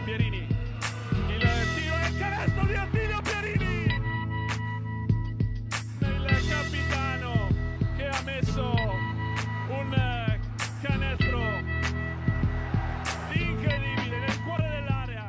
Pierini, il tiro e il canestro di Attilio Pierini, il capitano che ha messo un canestro incredibile nel cuore dell'area.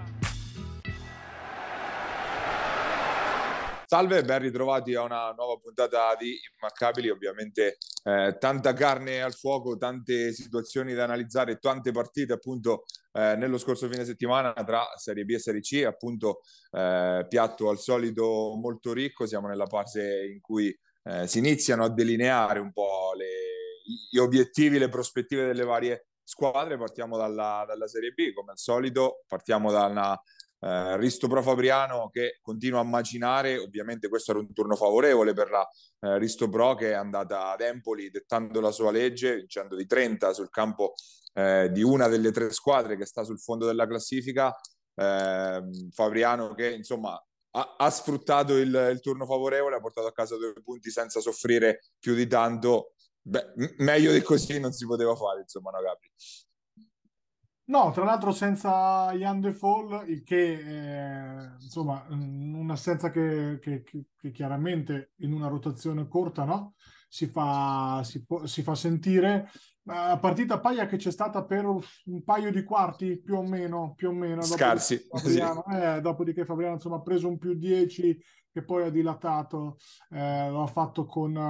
Salve e ben ritrovati a una nuova puntata di Immarcabili. Ovviamente tanta carne al fuoco, tante situazioni da analizzare, tante partite appunto nello scorso fine settimana tra Serie B e Serie C, appunto piatto al solito molto ricco. Siamo nella fase in cui si iniziano a delineare un po' gli obiettivi, le prospettive delle varie squadre. Partiamo dalla Serie B, come al solito, partiamo da una Risto Pro Fabriano che continua a macinare. Ovviamente questo era un turno favorevole per la Risto Pro, che è andata ad Empoli dettando la sua legge, vincendo di 30 sul campo di una delle tre squadre che sta sul fondo della classifica. Fabriano che insomma ha sfruttato il turno favorevole, ha portato a casa 2 punti senza soffrire più di tanto. Beh, meglio di così non si poteva fare, insomma, no, Gabri? No, tra l'altro senza Jan De Fall, il che insomma un'assenza che chiaramente in una rotazione corta, no? Si fa sentire. Partita paia che c'è stata per un paio di quarti più o meno, Scarsi, sì. Dopodiché Fabriano insomma ha preso un più 10 che poi ha dilatato, lo ha fatto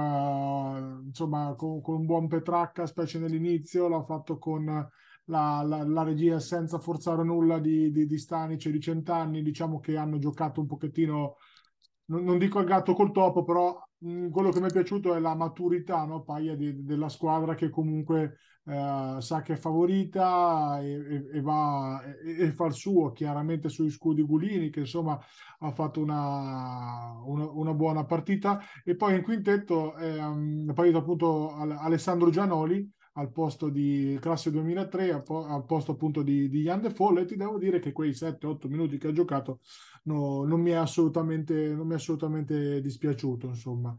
insomma, con un buon Petracca, specie nell'inizio, l'ha fatto con la regia senza forzare nulla di Stanic e di Centanni. Diciamo che hanno giocato un pochettino, non dico il gatto col topo, però quello che mi è piaciuto è la maturità, no, Paia, della squadra, che comunque sa che è favorita e fa il suo, chiaramente sui scudi Gulini, che insomma ha fatto una buona partita. E poi in quintetto poi appunto Alessandro Gianoli al posto di classe 2003, al posto appunto di Jan De Foll. E ti devo dire che quei 7-8 minuti che ha giocato non mi è assolutamente dispiaciuto, insomma.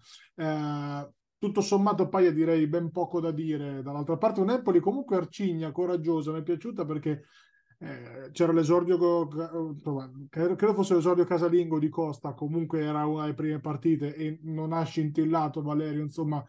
Tutto sommato, Paia, direi ben poco da dire. Dall'altra parte un Empoli comunque arcigna, coraggiosa, mi è piaciuta perché c'era l'esordio, credo fosse l'esordio casalingo di Costa, comunque era una delle prime partite e non ha scintillato Valerio, insomma.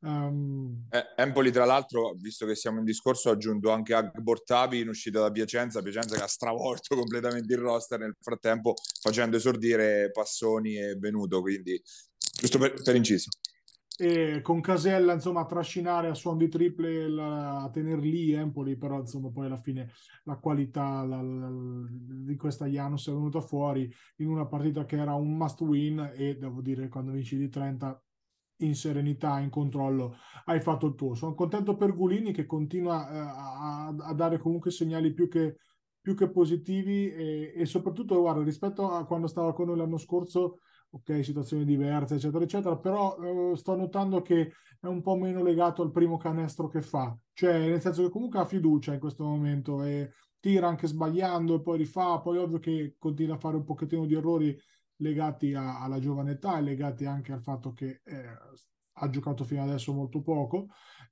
Empoli, tra l'altro, visto che siamo in discorso, ha aggiunto anche Agbortabi in uscita da Piacenza che ha stravolto completamente il roster nel frattempo, facendo esordire Passoni e Venuto, quindi giusto per inciso. E con Casella insomma a trascinare a suon di triple, a tener lì Empoli, però insomma poi alla fine la qualità di questa Janus è venuta fuori in una partita che era un must win. E devo dire, quando vinci di 30 in serenità, in controllo, hai fatto il tuo. Sono contento per Gulini, che continua a dare comunque segnali più che positivi, e soprattutto, guarda, rispetto a quando stava con noi l'anno scorso, ok, situazioni diverse, eccetera, eccetera, però sto notando che è un po' meno legato al primo canestro che fa, cioè nel senso che comunque ha fiducia in questo momento e tira anche sbagliando e poi rifà. Poi ovvio che continua a fare un pochettino di errori legati alla giovane età e legati anche al fatto che ha giocato fino adesso molto poco,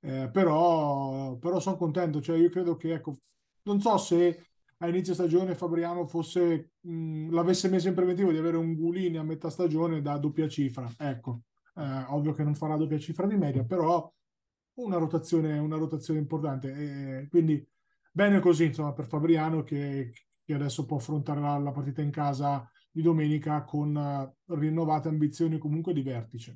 però sono contento. Cioè, io credo che, ecco, non so se a inizio stagione Fabriano l'avesse messo in preventivo di avere un Gulini a metà stagione da doppia cifra, ecco. Ovvio che non farà doppia cifra di media, però una rotazione importante, e quindi bene così, insomma, per Fabriano, che adesso può affrontare la partita in casa di domenica con rinnovate ambizioni comunque di vertice.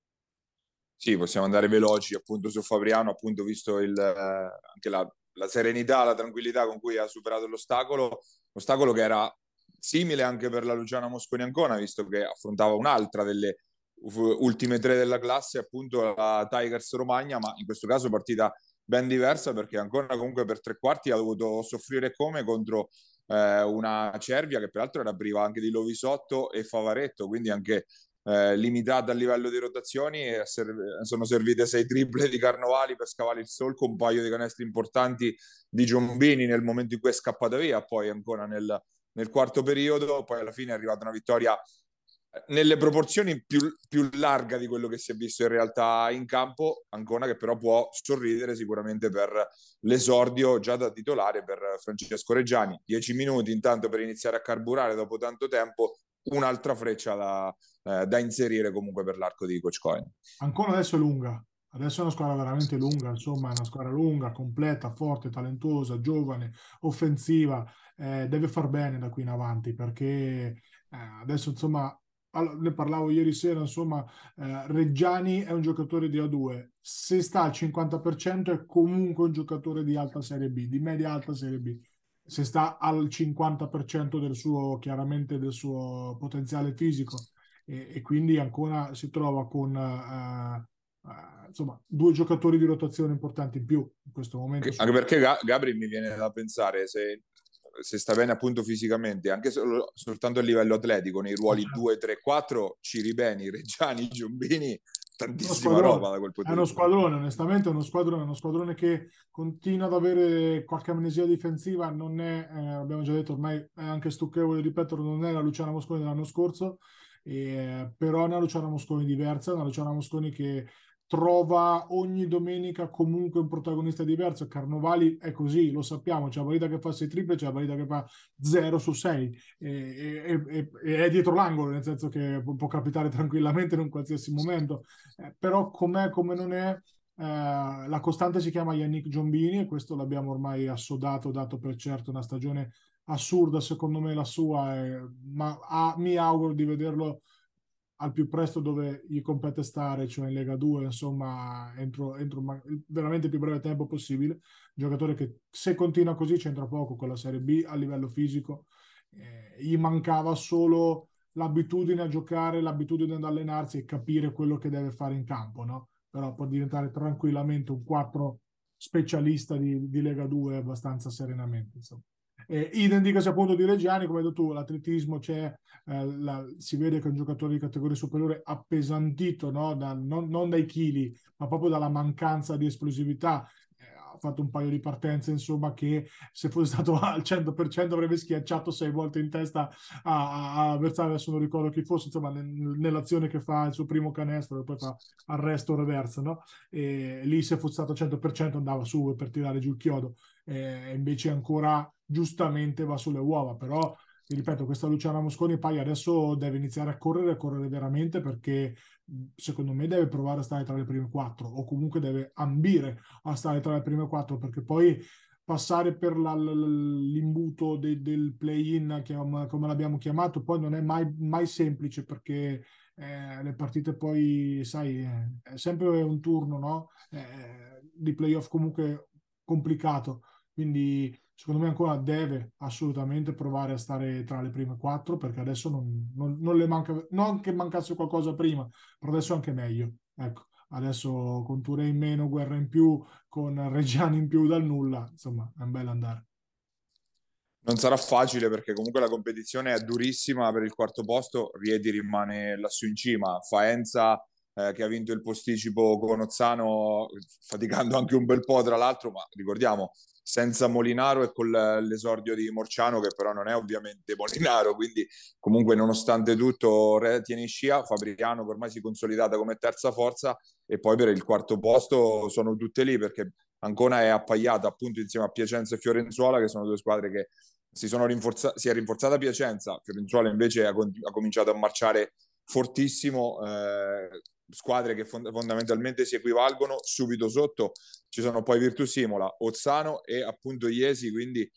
Sì, possiamo andare veloci appunto su Fabriano, appunto visto anche la serenità, la tranquillità con cui ha superato l'ostacolo che era simile anche per la Luciana Mosconi Ancona, visto che affrontava un'altra delle ultime tre della classe, appunto la Tigers Romagna, ma in questo caso partita ben diversa, perché Ancona comunque per 3 quarti ha dovuto soffrire come contro una Cervia che peraltro era priva anche di Lovisotto e Favaretto, quindi anche limitata a livello di rotazioni, e sono servite 6 triple di Carnovali per scavare il solco, un paio di canestri importanti di Giombini nel momento in cui è scappata via, poi ancora nel quarto periodo. Poi alla fine è arrivata una vittoria nelle proporzioni più larga di quello che si è visto in realtà in campo. Ancona che però può sorridere sicuramente per l'esordio già da titolare per Francesco Reggiani. 10 minuti intanto per iniziare a carburare dopo tanto tempo, un'altra freccia da inserire comunque per l'arco di Coach Coin. Ancora adesso è lunga, adesso è una squadra veramente lunga, insomma, è una squadra lunga, completa, forte, talentuosa, giovane, offensiva, deve far bene da qui in avanti perché adesso, insomma, ne parlavo ieri sera, insomma, Reggiani è un giocatore di A2, se sta al 50% è comunque un giocatore di alta Serie B, di media alta Serie B. Se sta al 50% del suo, chiaramente del suo potenziale fisico, e quindi ancora si trova con insomma, due giocatori di rotazione importanti in più in questo momento. Anche perché Gabri mi viene da pensare se sta bene appunto fisicamente, anche soltanto a livello atletico, nei ruoli 2, 3, 4, Ciribeni, Reggiani, Giombini, tantissima roba da quel punto è di uno vista. squadrone, onestamente è uno squadrone che continua ad avere qualche amnesia difensiva, non è, abbiamo già detto, ormai è anche stucchevole ripeterlo, non è la Luciana Mosconi dell'anno scorso, però è una Luciana Mosconi diversa, una Luciana Mosconi che trova ogni domenica comunque un protagonista diverso. Carnovali è così, lo sappiamo, c'è la Valida che fa 6 triple, c'è la Valida che fa 0 su 6 e è dietro l'angolo, nel senso che può capitare tranquillamente in un qualsiasi momento, però com'è, come non è, la costante si chiama Yannick Giombini e questo l'abbiamo ormai assodato, dato per certo una stagione assurda secondo me la sua, ma mi auguro di vederlo al più presto dove gli compete stare, cioè in Lega 2, insomma, entro veramente il più breve tempo possibile. Un giocatore che se continua così c'entra poco con la Serie B a livello fisico. Gli mancava solo l'abitudine a giocare, l'abitudine ad allenarsi e capire quello che deve fare in campo, no? Però può diventare tranquillamente un 4 specialista di Lega 2 abbastanza serenamente, insomma. Idem dicasi appunto di Reggiani, come hai detto tu, l'atletismo c'è, si vede che è un giocatore di categoria superiore appesantito, no? Non dai chili, ma proprio dalla mancanza di esplosività. Ha fatto un paio di partenze, insomma, che se fosse stato al 100% avrebbe schiacciato 6 volte in testa a avversario, adesso non ricordo chi fosse, insomma, nell'azione che fa il suo primo canestro e poi fa arresto reverso, no? E lì se fosse stato al 100% andava su per tirare giù il chiodo, invece ancora giustamente va sulle uova, però vi ripeto, questa Luciana Mosconi poi adesso deve iniziare a correre veramente perché secondo me deve provare a stare tra le prime 4 o comunque deve ambire a stare tra le prime 4 perché poi passare per l'imbuto del play-in, come l'abbiamo chiamato, poi non è mai semplice perché le partite poi, sai, è sempre un turno, no? Di playoff comunque complicato, quindi secondo me ancora deve assolutamente provare a stare tra le prime 4 perché adesso non le manca, non che mancasse qualcosa prima, però adesso è anche meglio. Ecco, adesso con Touré in meno, Guerra in più, con Reggiani in più dal nulla, insomma, è un bel andare. Non sarà facile perché comunque la competizione è durissima per il quarto posto, Rieti rimane lassù in cima, Faenza che ha vinto il posticipo con Ozzano, faticando anche un bel po' tra l'altro, ma ricordiamo senza Molinaro e con l'esordio di Morciano che però non è ovviamente Molinaro, quindi comunque nonostante tutto tiene in scia, Fabriano che ormai si è consolidata come terza forza e poi per il quarto posto sono tutte lì perché Ancona è appaiata appunto insieme a Piacenza e Fiorenzuola che sono due squadre che si è rinforzata Piacenza, Fiorenzuola invece ha cominciato a marciare fortissimo, squadre che fondamentalmente si equivalgono. Subito sotto ci sono poi Virtus Imola, Ozzano e appunto Iesi, quindi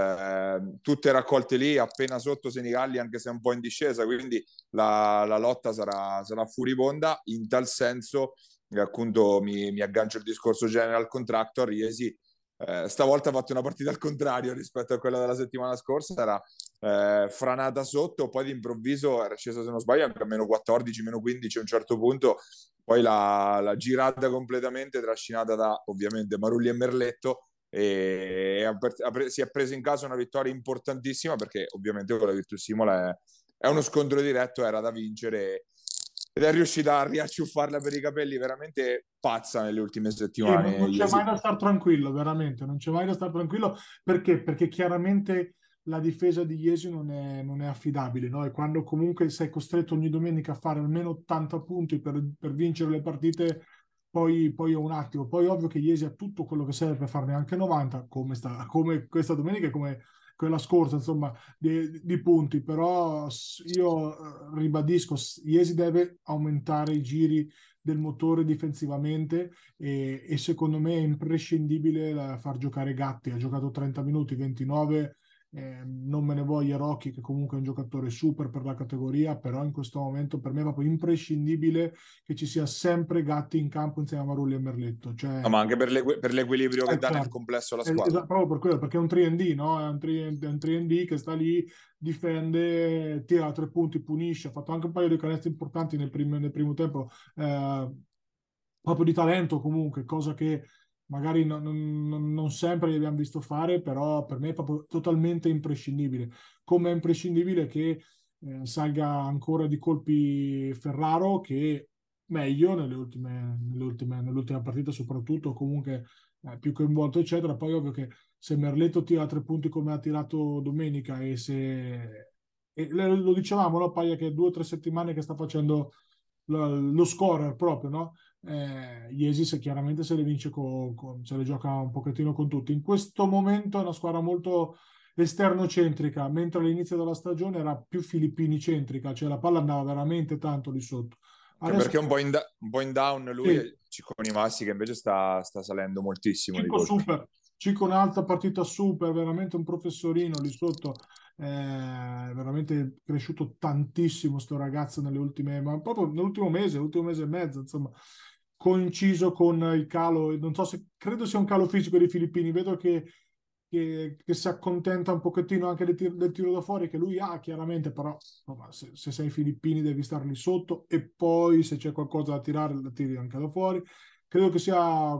tutte raccolte lì, appena sotto Senigalli anche se un po' in discesa, quindi la lotta sarà furibonda. In tal senso appunto mi aggancio il discorso general contractor, Iesi stavolta ha fatto una partita al contrario rispetto a quella della settimana scorsa, era franata sotto, poi d'improvviso era scesa se non sbaglio anche a meno 14, meno 15 a un certo punto, poi l'ha girata completamente, trascinata da ovviamente Marulli e Merletto e si è presa in casa una vittoria importantissima perché ovviamente con la Virtus Imola è uno scontro diretto, era da vincere ed è riuscita a riacciuffarla per i capelli veramente pazza nelle ultime E settimane. non c'è mai da star tranquillo, veramente, non c'è mai da star tranquillo perché chiaramente la difesa di Iesi non è affidabile, no? E quando comunque sei costretto ogni domenica a fare almeno 80 punti per vincere le partite, poi è un attimo. Poi ovvio che Iesi ha tutto quello che serve per farne anche 90, come questa domenica e come quella scorsa, insomma, di punti. Però io ribadisco, Iesi deve aumentare i giri del motore difensivamente e secondo me è imprescindibile far giocare Gatti. Ha giocato 30 minuti, 29. Non me ne voglia Rocchi, che comunque è un giocatore super per la categoria, però in questo momento per me è proprio imprescindibile che ci sia sempre Gatti in campo insieme a Marulli e Merletto. Cioè, No, ma anche per l'equilibrio che dà nel certo. complesso alla squadra. Proprio per quello, perché è un 3&D, no? È un 3&D che sta lì, difende, tira 3 punti, punisce, ha fatto anche un paio di canestri importanti nel primo tempo, proprio di talento comunque, cosa che magari non sempre gli abbiamo visto fare, però per me è proprio totalmente imprescindibile. Come è imprescindibile che salga ancora di colpi Ferraro, che meglio nell'ultima partita soprattutto, comunque più coinvolto eccetera. Poi ovvio che se Merletto tira 3 punti come ha tirato domenica lo dicevamo, no, Paia, che 2 o 3 settimane che sta facendo lo scorer proprio, no? Iesi chiaramente se le vince se le gioca un pochettino con tutti. In questo momento è una squadra molto esternocentrica, mentre all'inizio della stagione era più filippini-centrica, cioè la palla andava veramente tanto lì sotto. Anche Adesso perché un po' in down lui sì, e Cicconi Massi che invece sta salendo moltissimo di Cico colpi. super, Cico un'altra partita super, veramente un professorino lì sotto, veramente cresciuto tantissimo sto ragazzo ma proprio l'ultimo mese e mezzo, insomma, coinciso con il calo, non so se, credo sia un calo fisico dei filippini, vedo che si accontenta un pochettino anche del tiro da fuori che lui ha chiaramente, però insomma, se sei filippini devi star lì sotto e poi se c'è qualcosa da tirare la tiri anche da fuori. Credo che sia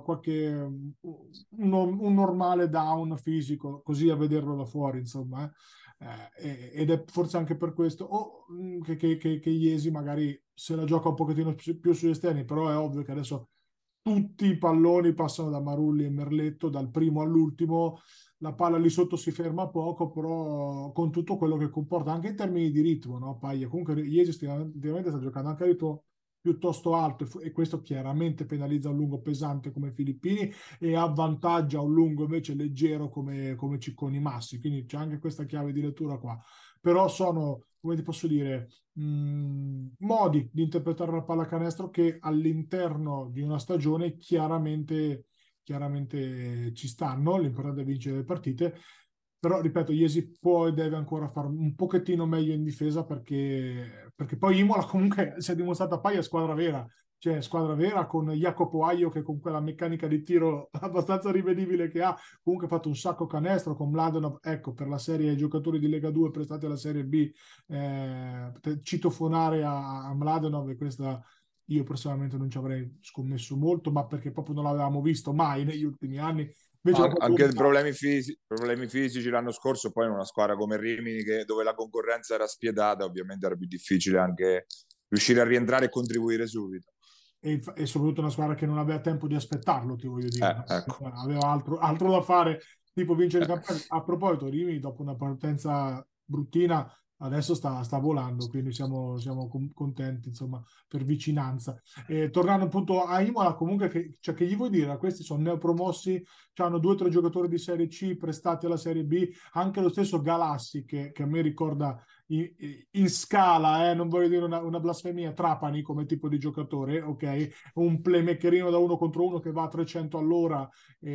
un normale down fisico, così a vederlo da fuori, insomma. Ed è forse anche per questo che Iesi magari se la gioca un pochettino più sugli esterni, però è ovvio che adesso tutti i palloni passano da Marulli e Merletto, dal primo all'ultimo, la palla lì sotto si ferma poco, però con tutto quello che comporta anche in termini di ritmo, no? Paglia. Comunque Iesi ultimamente sta giocando anche a ritmo piuttosto alto e questo chiaramente penalizza un lungo pesante come Filippini e avvantaggia un lungo invece leggero come Cicconi Massi, quindi c'è anche questa chiave di lettura qua. Però sono, come ti posso dire, modi di interpretare la pallacanestro che all'interno di una stagione chiaramente ci stanno, l'importante è vincere le partite, però ripeto, Iesi può e deve ancora fare un pochettino meglio in difesa perché poi Imola comunque si è dimostrata poi è squadra vera, cioè squadra vera con Jacopo Aio che con quella meccanica di tiro abbastanza rivedibile che ha, comunque ha fatto un sacco canestro con Mladenov, ecco, per la serie giocatori di Lega 2 prestati alla Serie B, citofonare a Mladenov e questa io personalmente non ci avrei scommesso molto, ma perché proprio non l'avevamo visto mai negli ultimi anni. Invece Anche problemi fisici l'anno scorso, poi in una squadra come Rimini dove la concorrenza era spietata, ovviamente era più difficile anche riuscire a rientrare e contribuire subito. e soprattutto una squadra che non aveva tempo di aspettarlo, ti voglio dire. Ecco. Aveva altro da fare, tipo vincere il Eh. campionato. A proposito, Rimini, dopo una partenza bruttina, adesso sta volando, quindi siamo contenti, insomma, per vicinanza. Tornando appunto a Imola, comunque, cioè, che gli vuoi dire? Questi sono neopromossi, hanno 2 o 3 giocatori di Serie C prestati alla Serie B, anche lo stesso Galassi, che a me ricorda in scala, non voglio dire una blasfemia, Trapani come tipo di giocatore, ok? Un playmakerino da 1 contro 1 che va a 300 all'ora,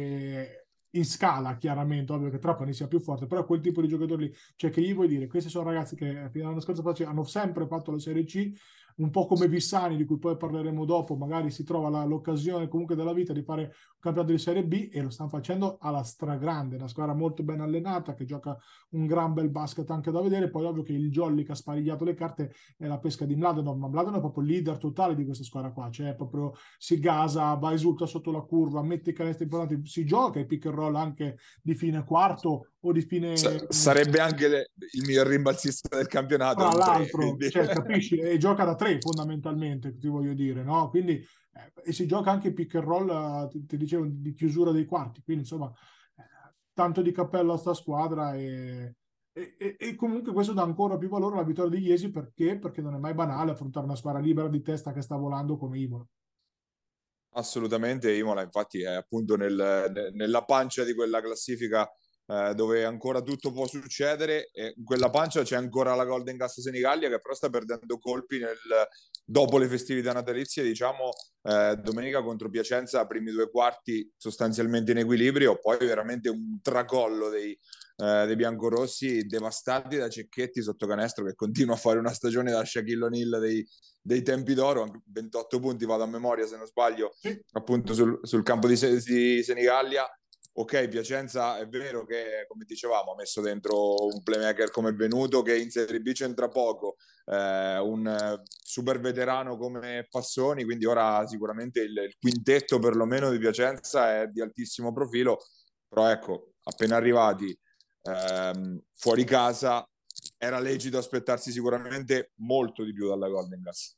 in scala chiaramente, ovvio che Trapani sia più forte, però quel tipo di giocatori lì, cioè che gli vuoi dire, questi sono ragazzi che fino all'anno scorso hanno sempre fatto la Serie C, un po' come Vissani, di cui poi parleremo dopo, magari si trova l'occasione comunque della vita di fare un campionato di Serie B e lo stanno facendo alla stragrande, una squadra molto ben allenata che gioca un gran bel basket anche da vedere. Poi ovvio che il jolly che ha sparigliato le carte è la pesca di Mladenov, ma Mladenov è proprio il leader totale di questa squadra qua, cioè proprio si gasa, va, esulta sotto la curva, mette i canestri importanti, si gioca i pick and roll anche di fine quarto o di fine Sarebbe anche il miglior rimbalzista del campionato, tra un 3, l'altro, quindi... cioè, capisci? E gioca da 3 fondamentalmente, ti voglio dire, no? Quindi, e si gioca anche pick and roll, ti dicevo, di chiusura dei quarti, quindi insomma, tanto di cappello a sta squadra E comunque questo dà ancora più valore alla vittoria di Iesi, perché non è mai banale affrontare una squadra libera di testa che sta volando come Imola. Assolutamente, Imola infatti è appunto nella pancia di quella classifica dove ancora tutto può succedere, e in quella pancia c'è ancora la Golden Gas Senigallia che però sta perdendo colpi dopo le festività natalizie, diciamo domenica contro Piacenza, primi due quarti sostanzialmente in equilibrio, poi veramente un tracollo dei biancorossi devastati da Cecchetti sotto canestro che continua a fare una stagione da Shaquille O'Neal dei tempi d'oro, 28 punti vado a memoria se non sbaglio, Sì. appunto sul campo di Senigallia. Ok, Piacenza è vero che, come dicevamo, ha messo dentro un playmaker come Venuto che in Serie B c'entra poco, un super veterano come Fassoni, quindi ora sicuramente il quintetto perlomeno di Piacenza è di altissimo profilo, però ecco, appena arrivati fuori casa era lecito aspettarsi sicuramente molto di più dalla Golden Gas.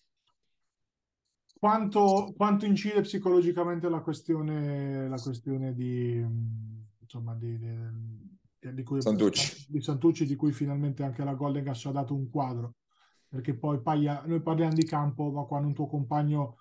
Quanto incide psicologicamente la questione insomma, di cui, Santucci. di Santucci, di cui finalmente anche la Golden Gas ci ha dato un quadro? Perché poi noi parliamo di campo, ma quando un tuo compagno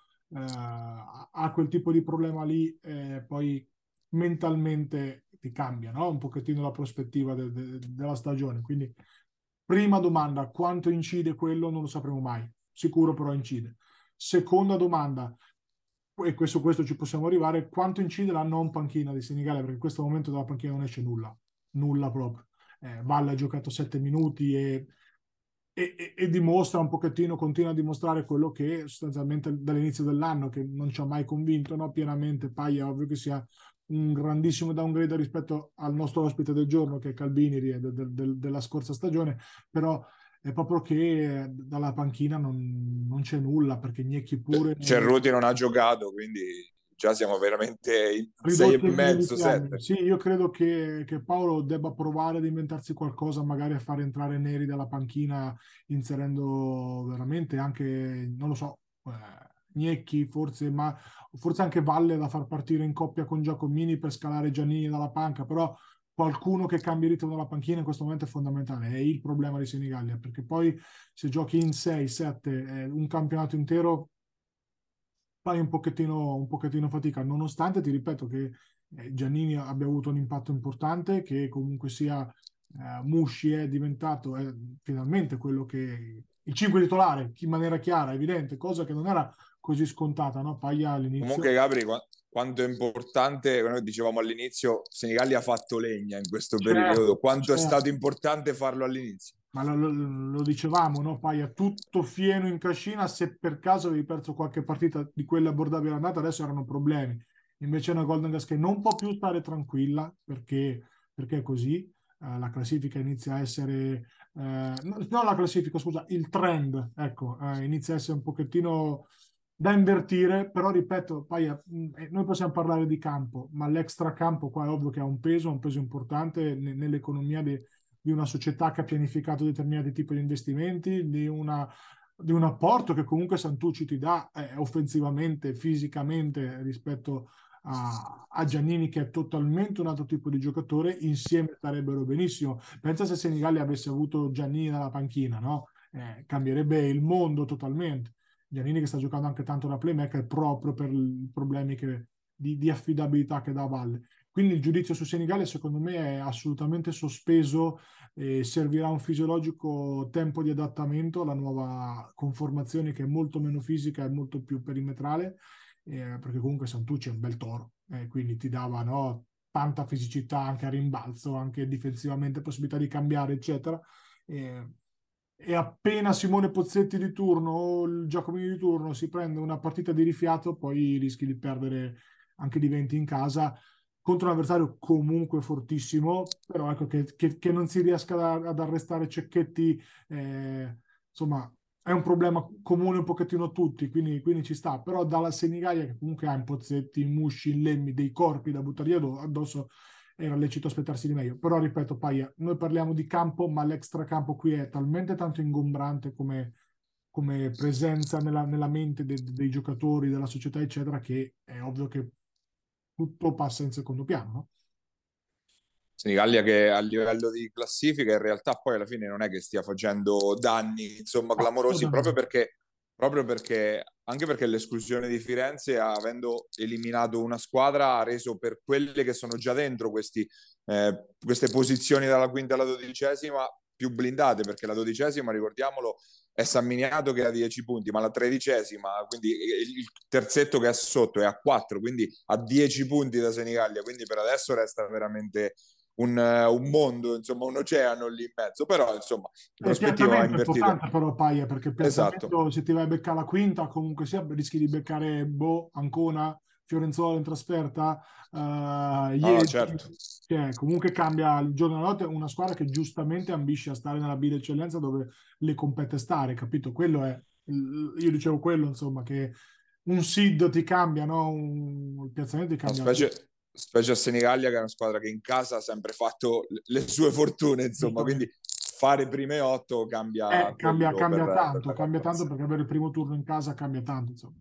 ha quel tipo di problema lì, poi mentalmente ti cambia, no? Un pochettino la prospettiva della stagione. Quindi, prima domanda, quanto incide quello? Non lo sapremo mai. Sicuro però incide. Seconda domanda, e su questo ci possiamo arrivare, quanto incide la non panchina di Senigallia? Perché in questo momento dalla panchina non esce nulla, nulla proprio. Valle ha giocato 7 minuti e dimostra un pochettino, continua a dimostrare quello che sostanzialmente dall'inizio dell'anno, che non ci ha mai convinto, no? Pienamente. Paglia, ovvio che sia un grandissimo downgrade rispetto al nostro ospite del giorno, che è Calvini della scorsa stagione, però è proprio che dalla panchina non c'è nulla, perché Gnecchi pure Cerruti non ha giocato, quindi già siamo veramente in sei ridotti e ai minimi mezzo, piani. sette. Sì, io credo che Paolo debba provare ad inventarsi qualcosa, magari a far entrare Neri dalla panchina, inserendo veramente anche, non lo so, Gnecchi, forse, ma forse anche Valle da far partire in coppia con Giacomini per scalare Giannini dalla panca, però qualcuno che cambi ritmo dalla panchina in questo momento è fondamentale, è il problema di Senigallia, perché poi se giochi in 6-7 un campionato intero fai un pochettino fatica, nonostante ti ripeto che Giannini abbia avuto un impatto importante, che comunque sia Musci è diventato finalmente quello che il 5 titolare in maniera chiara, evidente, cosa che non era così scontata, no? Paglia all'inizio. Comunque, Gabri, quanto è importante, come dicevamo all'inizio, Senigallia ha fatto legna in questo periodo. Certo, Quanto è stato certo. importante farlo all'inizio? Ma lo dicevamo, no? Paia tutto fieno in cascina. Se per caso avevi perso qualche partita di quelle abbordabili all'andata, adesso erano problemi. Invece è una Golden Gas che non può più stare tranquilla perché è così. La classifica inizia a essere, non la classifica, scusa, il trend, ecco, inizia a essere un pochettino da invertire, però ripeto, Paia, noi possiamo parlare di campo, ma l'extracampo qua è ovvio che ha un peso importante nell'economia di una società che ha pianificato determinati tipi di investimenti, di un apporto che comunque Santucci ti dà offensivamente, fisicamente rispetto a Giannini, che è totalmente un altro tipo di giocatore. Insieme starebbero benissimo. Pensa se Senigallia avesse avuto Giannini dalla panchina, no? Cambierebbe il mondo totalmente. Giannini che sta giocando anche tanto da playmaker proprio per i problemi di affidabilità che dà a valle. Quindi il giudizio su Senigallia secondo me è assolutamente sospeso e servirà un fisiologico tempo di adattamento alla nuova conformazione, che è molto meno fisica e molto più perimetrale, perché comunque Santucci è un bel toro, quindi ti dava, no, tanta fisicità anche a rimbalzo, anche difensivamente, possibilità di cambiare, eccetera. Eh, e appena Simone Pozzetti di turno o il Giacomini di turno si prende una partita di rifiato, poi rischi di perdere anche di 20 in casa contro un avversario comunque fortissimo, però ecco che non si riesca ad arrestare Cecchetti, insomma, è un problema comune un pochettino a tutti, quindi ci sta. Però dalla Senigallia, che comunque ha in Pozzetti, in Musci, in Lemmi, dei corpi da buttare addosso, era lecito aspettarsi di meglio. Però ripeto, Paia, noi parliamo di campo, ma l'extracampo qui è talmente tanto ingombrante come presenza nella mente dei giocatori, della società, eccetera, che è ovvio che tutto passa in secondo piano, no? Senigallia che a livello di classifica in realtà poi alla fine non è che stia facendo danni, insomma, No, clamorosi, assolutamente. proprio perché, anche perché l'esclusione di Firenze, avendo eliminato una squadra, ha reso per quelle che sono già dentro queste posizioni dalla quinta alla dodicesima più blindate, perché la dodicesima, ricordiamolo, è San Miniato che ha 10 punti, ma la tredicesima, quindi il terzetto che è sotto è a 4, quindi a 10 punti da Senigallia, quindi per adesso resta veramente un mondo, insomma, un oceano lì in mezzo, però insomma, Il prospettiva piazzamento è invertita. importante però, Paia, perché il Esatto. piazzamento, se ti vai a beccare la quinta, comunque sia, rischi di beccare Ancona, Fiorenzuola in trasferta, No, no, Iesi, certo. cioè, comunque cambia il giorno e la notte, una squadra che giustamente ambisce a stare nella B d'eccellenza dove le compete stare, capito? Quello è, io dicevo quello, insomma, che un seed ti cambia, no? Il piazzamento ti No, cambia tutto. specie a Senigallia, che è una squadra che in casa ha sempre fatto le sue fortune, insomma, quindi Giustamente. fare prime otto cambia quello per la Cambia tanto campionessa. perché avere il primo turno in casa cambia tanto, insomma.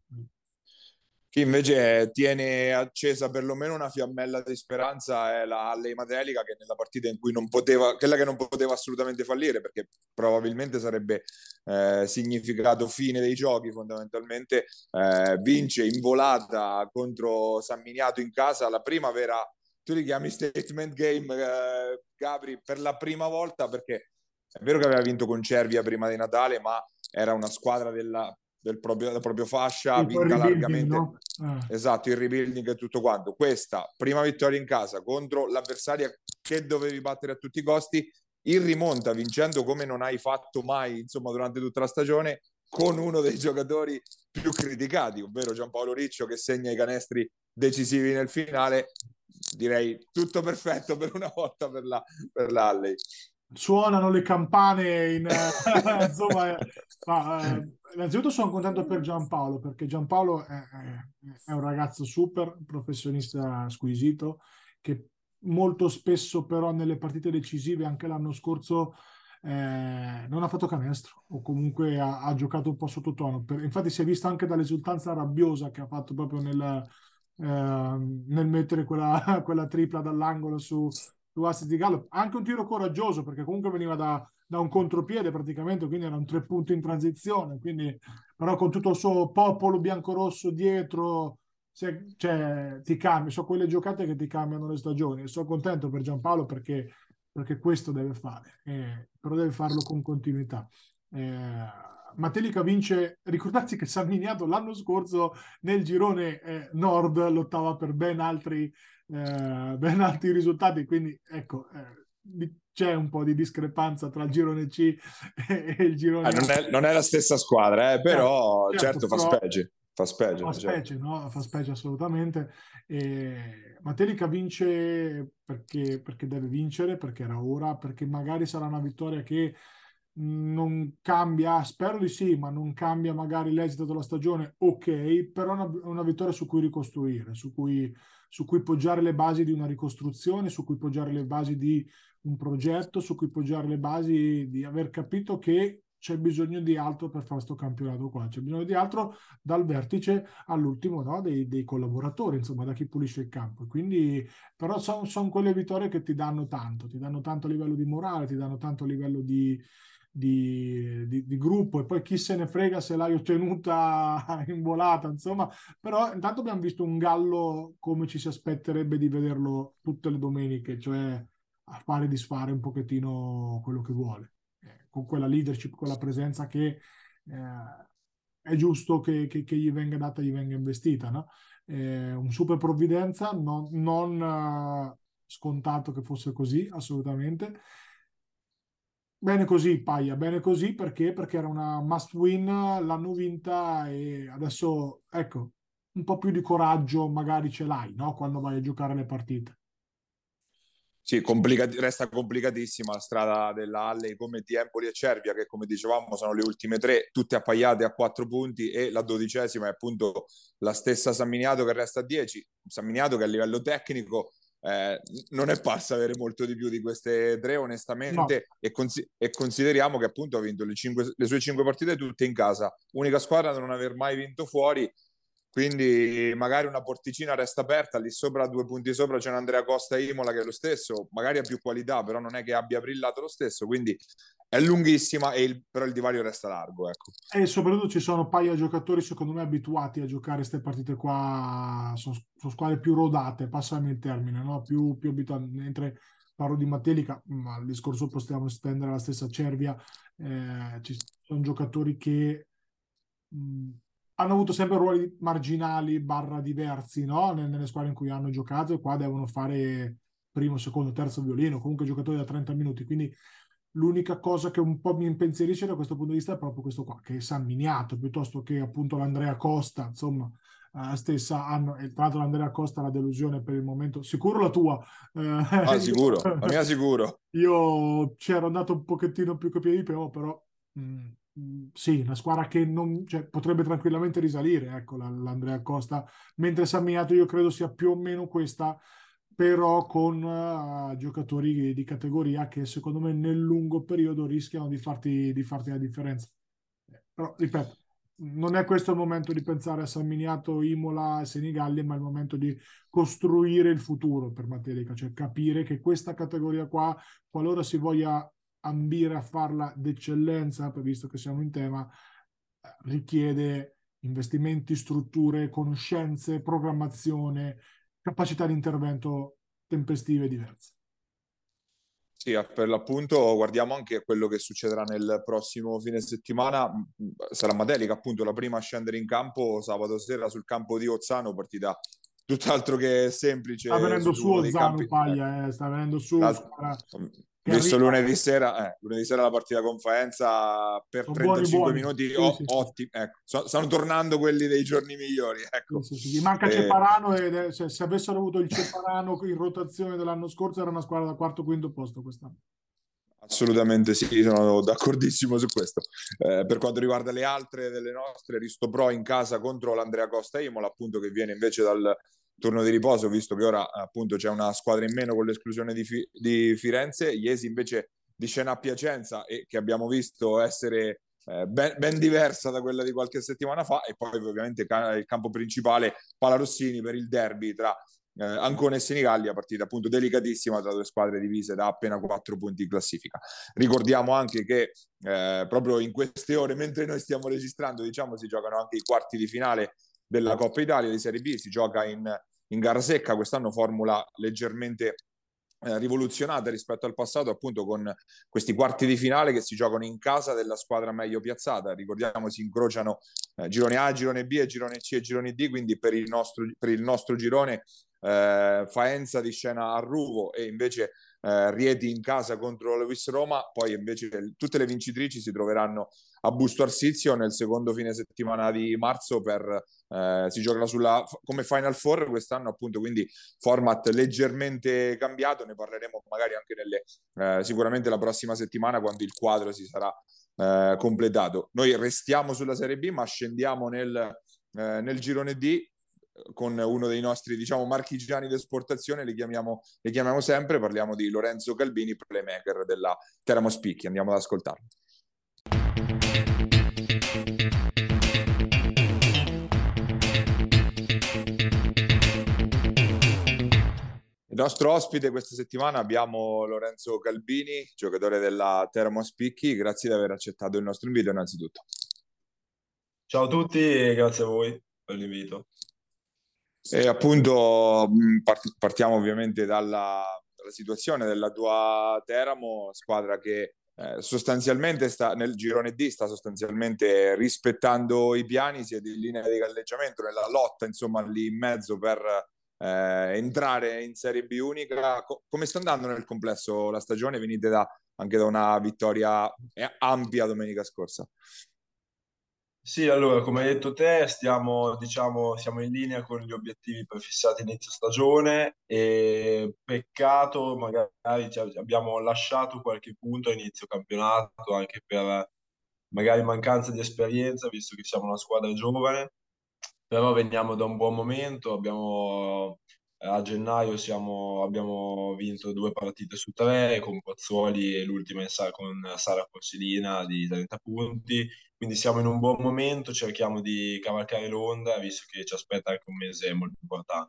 Chi invece tiene accesa perlomeno una fiammella di speranza è la Halle Matelica, che nella partita in cui non poteva, quella che non poteva assolutamente fallire, perché probabilmente sarebbe significato fine dei giochi fondamentalmente, vince in volata contro San Miniato in casa, la prima vera, tu li chiami statement game, Gabri, per la prima volta, perché è vero che aveva vinto con Cervia prima di Natale, ma era una squadra della propria fascia, Sì, poi il vinta rebuilding, largamente. no? Esatto, il rebuilding e tutto quanto. Questa prima vittoria in casa contro l'avversaria che dovevi battere a tutti i costi, in rimonta, vincendo come non hai fatto mai, insomma, durante tutta la stagione, con uno dei giocatori più criticati, ovvero Giampaolo Riccio, che segna i canestri decisivi nel finale. Direi tutto perfetto per una volta per l'Alley. Suonano le campane in, insomma, innanzitutto sono contento per Giampaolo perché Giampaolo è un ragazzo super professionista squisito che molto spesso però nelle partite decisive anche l'anno scorso non ha fatto canestro o comunque ha giocato un po' sottotono. Infatti si è visto anche dall'esultanza rabbiosa che ha fatto proprio nel mettere quella tripla dall'angolo su asset di Gallo, anche un tiro coraggioso perché comunque veniva da un contropiede praticamente, quindi erano 3 punti in transizione, quindi, però con tutto il suo popolo biancorosso dietro, cioè, ti cambia, sono quelle giocate che ti cambiano le stagioni. Sono contento per Giampaolo perché questo deve fare, però deve farlo con continuità. Matelica vince, ricordate che San Miniato l'anno scorso nel girone nord lottava per ben altri risultati, quindi ecco, c'è un po' di discrepanza tra il girone C e il girone A. Non è la stessa squadra, Certo, però certo, certo però fa specie, fa certo. specie, no? Fa specie assolutamente. Matelica vince perché deve vincere, perché era ora, perché magari sarà una vittoria che non cambia, spero di sì, ma non cambia magari l'esito della stagione, ok, però è una vittoria su cui ricostruire, su cui poggiare le basi di una ricostruzione, su cui poggiare le basi di un progetto, su cui poggiare le basi di aver capito che c'è bisogno di altro per fare questo campionato qua, c'è bisogno di altro dal vertice all'ultimo, no? dei collaboratori, insomma, da chi pulisce il campo. Quindi, però sono quelle vittorie che ti danno tanto a livello di morale, ti danno tanto a livello di gruppo e poi chi se ne frega se l'hai ottenuta in volata, insomma, però intanto abbiamo visto un Gallo come ci si aspetterebbe di vederlo tutte le domeniche, cioè a fare e disfare un pochettino quello che vuole, con quella leadership, quella presenza che è giusto che gli venga data, gli venga investita, no? Un super provvidenza, non scontato che fosse così, assolutamente. Bene così, Paia, bene così perché era una must win, l'hanno vinta e adesso, ecco, un po' più di coraggio magari ce l'hai, no? Quando vai a giocare le partite. Sì, resta complicatissima la strada della Halle come di Empoli e Cervia, che come dicevamo sono le ultime tre, tutte appaiate a 4 punti, e la dodicesima è appunto la stessa San Miniato che resta a 10. San Miniato che a livello tecnico non è passa avere molto di più di queste tre, No, onestamente, e consideriamo che appunto ha vinto le sue 5 partite tutte in casa, unica squadra da non aver mai vinto fuori. quindi magari una porticina resta aperta, lì sopra, a 2 punti sopra c'è un Andrea Costa Imola che è lo stesso, magari ha più qualità, però non è che abbia brillato lo stesso, quindi è lunghissima, però il divario resta largo, ecco. E soprattutto ci sono un paio di giocatori, secondo me, abituati a giocare queste partite qua, sono squadre più rodate, passami il termine, no? Più abituati, mentre parlo di Matelica, ma il discorso possiamo estendere alla stessa Cervia, ci sono giocatori che hanno avuto sempre ruoli marginali, barra diversi, no? Nelle squadre in cui hanno giocato, e qua devono fare primo, secondo, terzo violino, comunque giocatori da 30 minuti, quindi l'unica cosa che un po' mi impensierisce da questo punto di vista è proprio questo qua, che è San Miniato, piuttosto che appunto l'Andrea Costa, insomma, stessa hanno, e tra l'altro l'Andrea Costa la delusione per il momento, sicuro la tua. Ah, Io, sicuro, la mia sicuro. io c'ero andato un pochettino più che piedi di più, però sì, una squadra che non, cioè, potrebbe tranquillamente risalire, ecco, l'Andrea Costa, mentre San Miniato io credo sia più o meno questa, però con giocatori di categoria che secondo me nel lungo periodo rischiano di farti la differenza. Però, ripeto, non è questo il momento di pensare a San Miniato, Imola e Senigallia, ma è il momento di costruire il futuro per Matelica, cioè capire che questa categoria qua, qualora si voglia ambire a farla d'eccellenza, visto che siamo in tema, richiede investimenti, strutture, conoscenze, programmazione, capacità di intervento tempestive diverse. Sì, per l'appunto guardiamo anche quello che succederà nel prossimo fine settimana. Sarà Matelica, appunto, la prima a scendere in campo sabato sera sul campo di Ozzano, partita tutt'altro che Sta semplice venendo su su uno dei Ozzano, campi. Paglia, sta venendo su, La- squadra che Visto arriva, lunedì sera la partita con Faenza per sono buoni 35 buoni. minuti, Sì, sì, sì. ottimi. Ecco, stanno tornando quelli dei giorni migliori, Sì, ecco. sì, sì. Gli manca E- Ceparano se avessero avuto il Ceparano in rotazione dell'anno scorso era una squadra da quarto o quinto posto quest'anno. Assolutamente sì, sono d'accordissimo su questo. Per quanto riguarda le altre delle nostre, Risto Pro in casa contro l'Andrea Costa Imola, appunto, che viene invece dal turno di riposo, visto che ora appunto c'è una squadra in meno con l'esclusione di Firenze. Iesi invece di scena a Piacenza, e che abbiamo visto essere ben diversa da quella di qualche settimana fa, e poi ovviamente il campo principale Palarossini per il derby tra Ancona e Senigallia, partita appunto delicatissima tra due squadre divise da appena 4 punti in classifica. Ricordiamo anche che proprio in queste ore, mentre noi stiamo registrando, diciamo, si giocano anche i quarti di finale della Coppa Italia di Serie B, si gioca in gara secca, quest'anno formula leggermente rivoluzionata rispetto al passato, appunto con questi quarti di finale che si giocano in casa della squadra meglio piazzata. Ricordiamo, si incrociano girone A, girone B e girone C e girone D, quindi per il nostro girone Faenza di scena a Ruvo e invece Rieti in casa contro Lewis Roma, poi invece tutte le vincitrici si troveranno a Busto Arsizio nel secondo fine settimana di marzo si gioca come Final Four quest'anno, appunto, quindi format leggermente cambiato. Ne parleremo magari anche sicuramente la prossima settimana, quando il quadro si sarà completato. Noi restiamo sulla Serie B, ma scendiamo nel girone D con uno dei nostri, diciamo, marchigiani d'esportazione, li chiamiamo sempre. Parliamo di Lorenzo Calbini, playmaker della Teramo Spicchi. Andiamo ad ascoltarlo. Il nostro ospite questa settimana abbiamo Lorenzo Calbini, giocatore della Teramo Spicchi. Grazie di aver accettato il nostro invito innanzitutto. Ciao a tutti e grazie a voi per l'invito. E appunto partiamo ovviamente dalla situazione della tua Teramo, squadra che sostanzialmente nel girone D sta sostanzialmente rispettando i piani, sia di linea di galleggiamento, nella lotta insomma lì in mezzo per entrare in Serie B unica. Come sta andando nel complesso la stagione? Venite anche da una vittoria ampia domenica scorsa. Sì, allora, come hai detto te, siamo in linea con gli obiettivi prefissati inizio stagione e peccato, magari abbiamo lasciato qualche punto a inizio campionato anche per magari mancanza di esperienza, visto che siamo una squadra giovane, però veniamo da un buon momento, abbiamo a gennaio abbiamo vinto 2 partite su 3 con Pozzuoli e l'ultima con Sara Porcellina di 30 punti. Quindi siamo in un buon momento, cerchiamo di cavalcare l'onda, visto che ci aspetta anche un mese molto importante.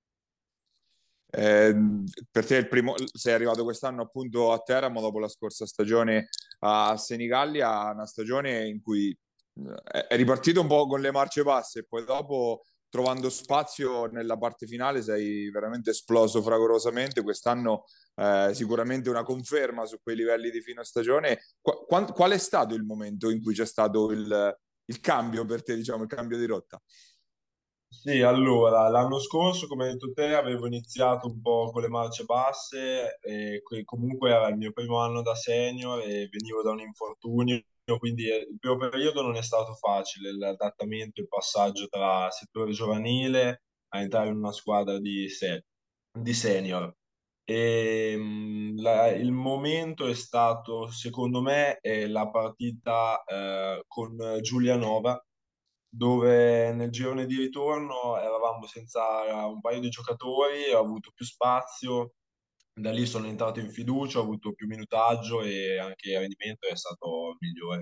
Eh, per te sei arrivato quest'anno appunto a Teramo dopo la scorsa stagione a Senigallia, una stagione in cui è ripartito un po' con le marce basse e poi dopo trovando spazio nella parte finale sei veramente esploso fragorosamente. Quest'anno sicuramente una conferma su quei livelli di fine stagione. Qual è stato il momento in cui c'è stato il cambio per te, diciamo, il cambio di rotta? Sì, allora, l'anno scorso, come hai detto te, avevo iniziato un po' con le marce basse, e comunque era il mio primo anno da senior e venivo da un infortunio, quindi il primo periodo non è stato facile, l'adattamento, il passaggio tra settore giovanile a entrare in una squadra di senior. Il momento è stato, secondo me, la partita con Giulianova, dove nel girone di ritorno eravamo senza un paio di giocatori, ho avuto più spazio, da lì sono entrato in fiducia, ho avuto più minutaggio e anche il rendimento è stato migliore.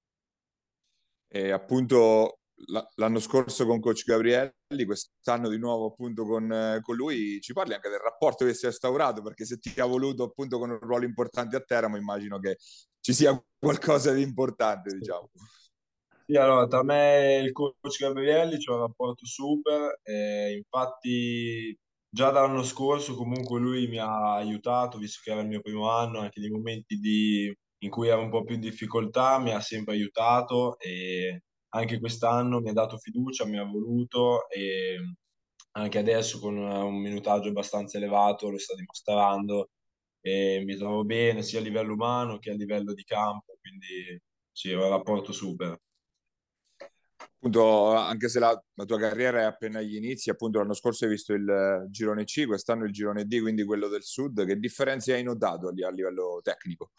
E appunto l'anno scorso con Coach Gabrielli, quest'anno di nuovo appunto con lui, ci parli anche del rapporto che si è instaurato, perché se ti ha voluto appunto con un ruolo importante a Teramo, immagino che ci sia qualcosa di importante, diciamo. Sì, allora, tra me e il coach Gabrielli c'è un rapporto super, infatti già dall'anno scorso comunque lui mi ha aiutato, visto che era il mio primo anno, anche nei momenti in cui ero un po' più in difficoltà, mi ha sempre aiutato e anche quest'anno mi ha dato fiducia, mi ha voluto e anche adesso con un minutaggio abbastanza elevato lo sta dimostrando e mi trovo bene sia a livello umano che a livello di campo, quindi sì, è un rapporto super. Appunto, anche se la tua carriera è appena agli inizi, appunto l'anno scorso hai visto il girone C, quest'anno il girone D, quindi quello del sud. Che differenze hai notato a livello tecnico?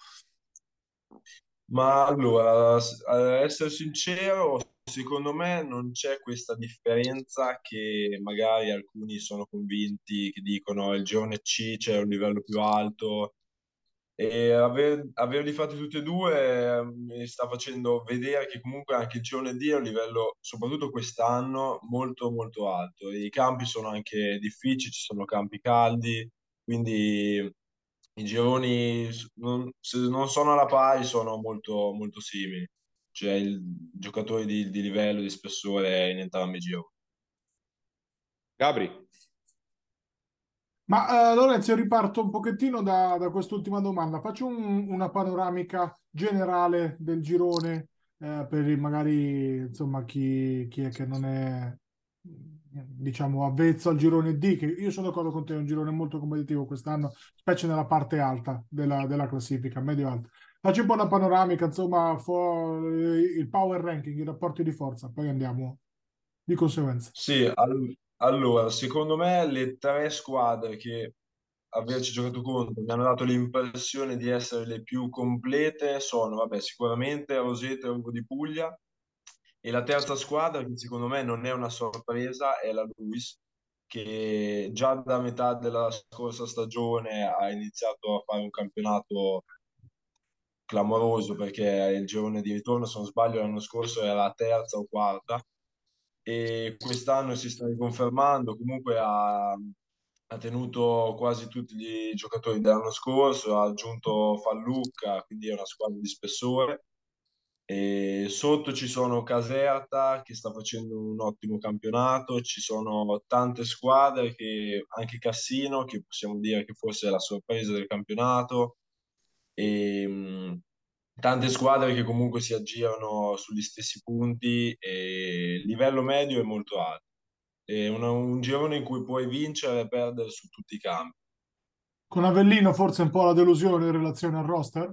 Ma allora, ad essere sincero, secondo me non c'è questa differenza che magari alcuni sono convinti che dicono il girone C c'è un livello più alto e averli fatti tutti e due mi sta facendo vedere che comunque anche il girone D è un livello, soprattutto quest'anno, molto molto alto. I campi sono anche difficili, ci sono campi caldi, quindi i gironi se non sono alla pari sono molto, molto simili, cioè giocatori di livello, di spessore in entrambi i gironi. Gabri? Ma Lorenzo, riparto un pochettino da quest'ultima domanda. Faccio una panoramica generale del girone per magari insomma chi è che non è diciamo avvezzo al girone D, che io sono d'accordo con te, è un girone molto competitivo quest'anno, specie nella parte alta della classifica, medio-alta. Faccio un po' una panoramica, insomma, il power ranking, i rapporti di forza, poi andiamo di conseguenza. Sì, allora, secondo me le 3 squadre che averci giocato contro mi hanno dato l'impressione di essere le più complete sono, vabbè, sicuramente Roseto e Ugo di Puglia e la terza squadra che secondo me non è una sorpresa è la Luis, che già da metà della scorsa stagione ha iniziato a fare un campionato clamoroso perché il girone di ritorno, se non sbaglio, l'anno scorso era la terza o quarta e quest'anno si sta riconfermando, comunque ha tenuto quasi tutti i giocatori dell'anno scorso, ha aggiunto Fallucca, quindi è una squadra di spessore. E sotto ci sono Caserta che sta facendo un ottimo campionato, ci sono tante squadre che anche Cassino, che possiamo dire che forse è la sorpresa del campionato, e tante squadre che comunque si aggirano sugli stessi punti e il livello medio è molto alto. È un girone in cui puoi vincere e perdere su tutti i campi. Con Avellino forse un po' la delusione in relazione al roster?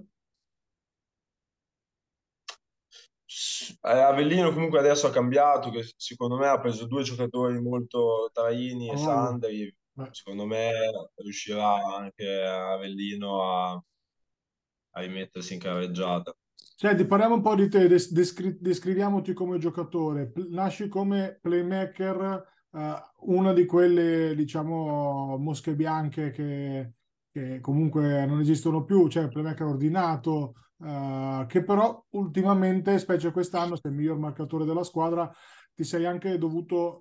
Avellino comunque adesso ha cambiato, che secondo me ha preso 2 giocatori molto Traini Ha e voglia. Sandri. Beh. Secondo me riuscirà anche Avellino a rimettersi in carreggiata. Senti, parliamo un po' di te, descriviamoti come giocatore. Nasci come playmaker una di quelle, diciamo, mosche bianche che comunque non esistono più, cioè il playmaker ordinato, che però ultimamente, specie quest'anno, sei il miglior marcatore della squadra, ti sei anche dovuto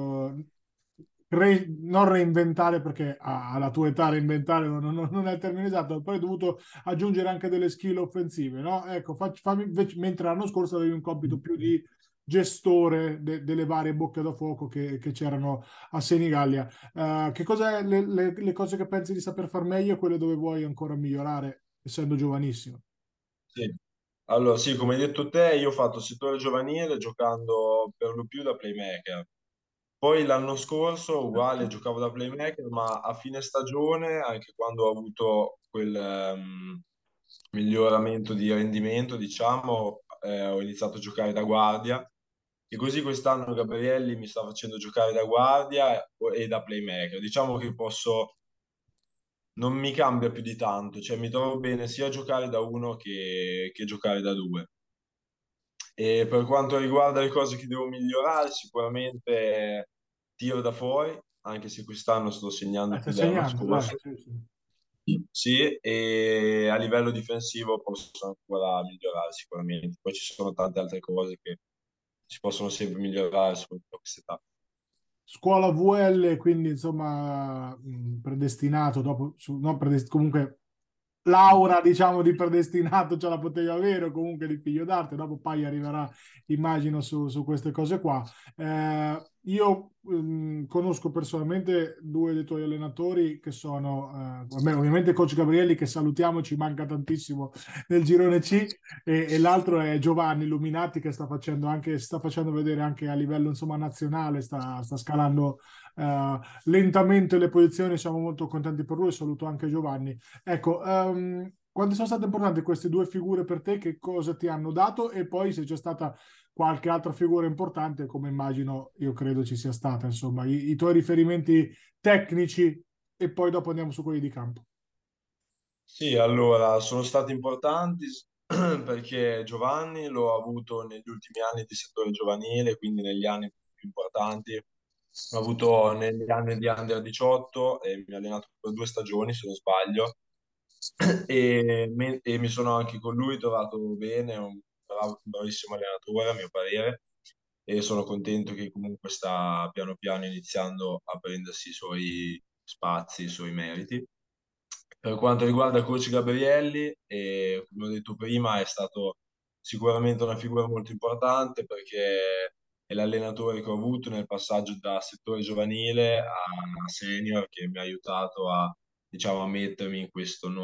non reinventare, perché alla tua età reinventare non è il termine esatto, però hai dovuto aggiungere anche delle skill offensive, no? Ecco, fammi, mentre l'anno scorso avevi un compito più di gestore delle varie bocche da fuoco che c'erano a Senigallia. Che cos'è le cose che pensi di saper far meglio e quelle dove vuoi ancora migliorare, essendo giovanissimo? Sì. Allora, sì, come hai detto te, io ho fatto settore giovanile giocando per lo più da playmaker. Poi l'anno scorso, uguale, giocavo da playmaker, ma a fine stagione, anche quando ho avuto quel miglioramento di rendimento, diciamo, ho iniziato a giocare da guardia. E così quest'anno Gabrielli mi sta facendo giocare da guardia e da playmaker. Diciamo che posso, non mi cambia più di tanto, cioè mi trovo bene sia a giocare da uno che giocare da due. E per quanto riguarda le cose che devo migliorare, sicuramente tiro da fuori, anche se quest'anno sto segnando Stai più dell'anno segnando, dai. scorso. Sì, sì. Sì, e a livello difensivo posso ancora migliorare sicuramente. Poi ci sono tante altre cose che si possono sempre migliorare, soprattutto a questa età. Scuola VL, quindi insomma predestinato dopo, no, comunque l'aura diciamo di predestinato ce la potevi avere o comunque di figlio d'arte, dopo poi arriverà immagino su queste cose qua. Io conosco personalmente due dei tuoi allenatori che sono, vabbè, ovviamente coach Gabrielli che salutiamo, ci manca tantissimo nel girone C, e l'altro è Giovanni Illuminati che sta facendo vedere anche a livello insomma nazionale, sta scalando lentamente le posizioni, siamo molto contenti per lui, saluto anche Giovanni. Ecco, quanto sono state importanti queste due figure per te? Che cosa ti hanno dato? E poi se c'è stata qualche altra figura importante, come immagino, io credo ci sia stata, insomma, i tuoi riferimenti tecnici e poi dopo andiamo su quelli di campo. Sì, allora sono stati importanti perché Giovanni l'ho avuto negli ultimi anni di settore giovanile, quindi negli anni più importanti. L'ho avuto negli anni di Under 18 e mi ha allenato per 2 stagioni, se non sbaglio, e mi sono anche con lui trovato bene, è un bravissimo allenatore a mio parere, e sono contento che comunque sta piano piano iniziando a prendersi i suoi spazi, i suoi meriti. Per quanto riguarda Coach Gabrielli, come ho detto prima, è stato sicuramente una figura molto importante perché è l'allenatore che ho avuto nel passaggio da settore giovanile a senior che mi ha aiutato a, diciamo, a mettermi in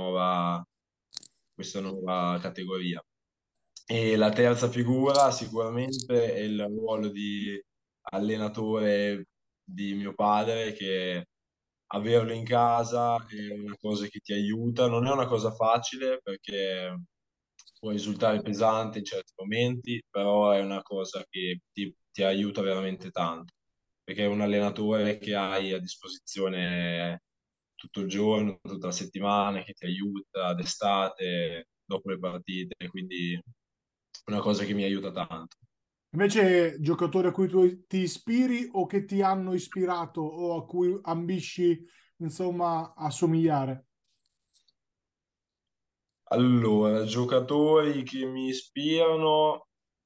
questa nuova categoria. E la terza figura sicuramente è il ruolo di allenatore di mio padre, che averlo in casa è una cosa che ti aiuta, non è una cosa facile perché può risultare pesante in certi momenti, però è una cosa che ti aiuta veramente tanto, perché è un allenatore che hai a disposizione tutto il giorno, tutta la settimana, che ti aiuta d'estate, dopo le partite, quindi è una cosa che mi aiuta tanto. Invece, giocatori a cui tu ti ispiri o che ti hanno ispirato o a cui ambisci, insomma, assomigliare? Allora, giocatori che mi ispirano,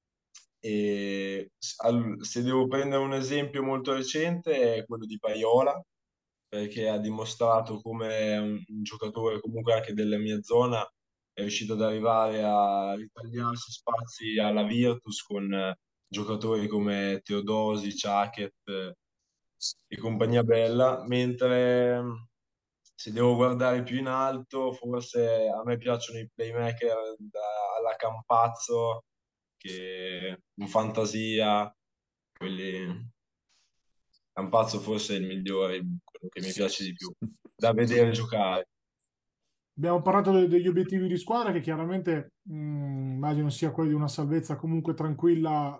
se devo prendere un esempio molto recente, è quello di Paiola, perché ha dimostrato come un giocatore comunque anche della mia zona è riuscito ad arrivare a ritagliarsi spazi alla Virtus con giocatori come Teodosi, Ciaket e compagnia bella, mentre se devo guardare più in alto, forse a me piacciono i playmaker alla Campazzo, che in fantasia, quelli Campazzo forse è il migliore, quello che mi piace di più da vedere giocare. Abbiamo parlato degli obiettivi di squadra che chiaramente immagino sia quelli di una salvezza comunque tranquilla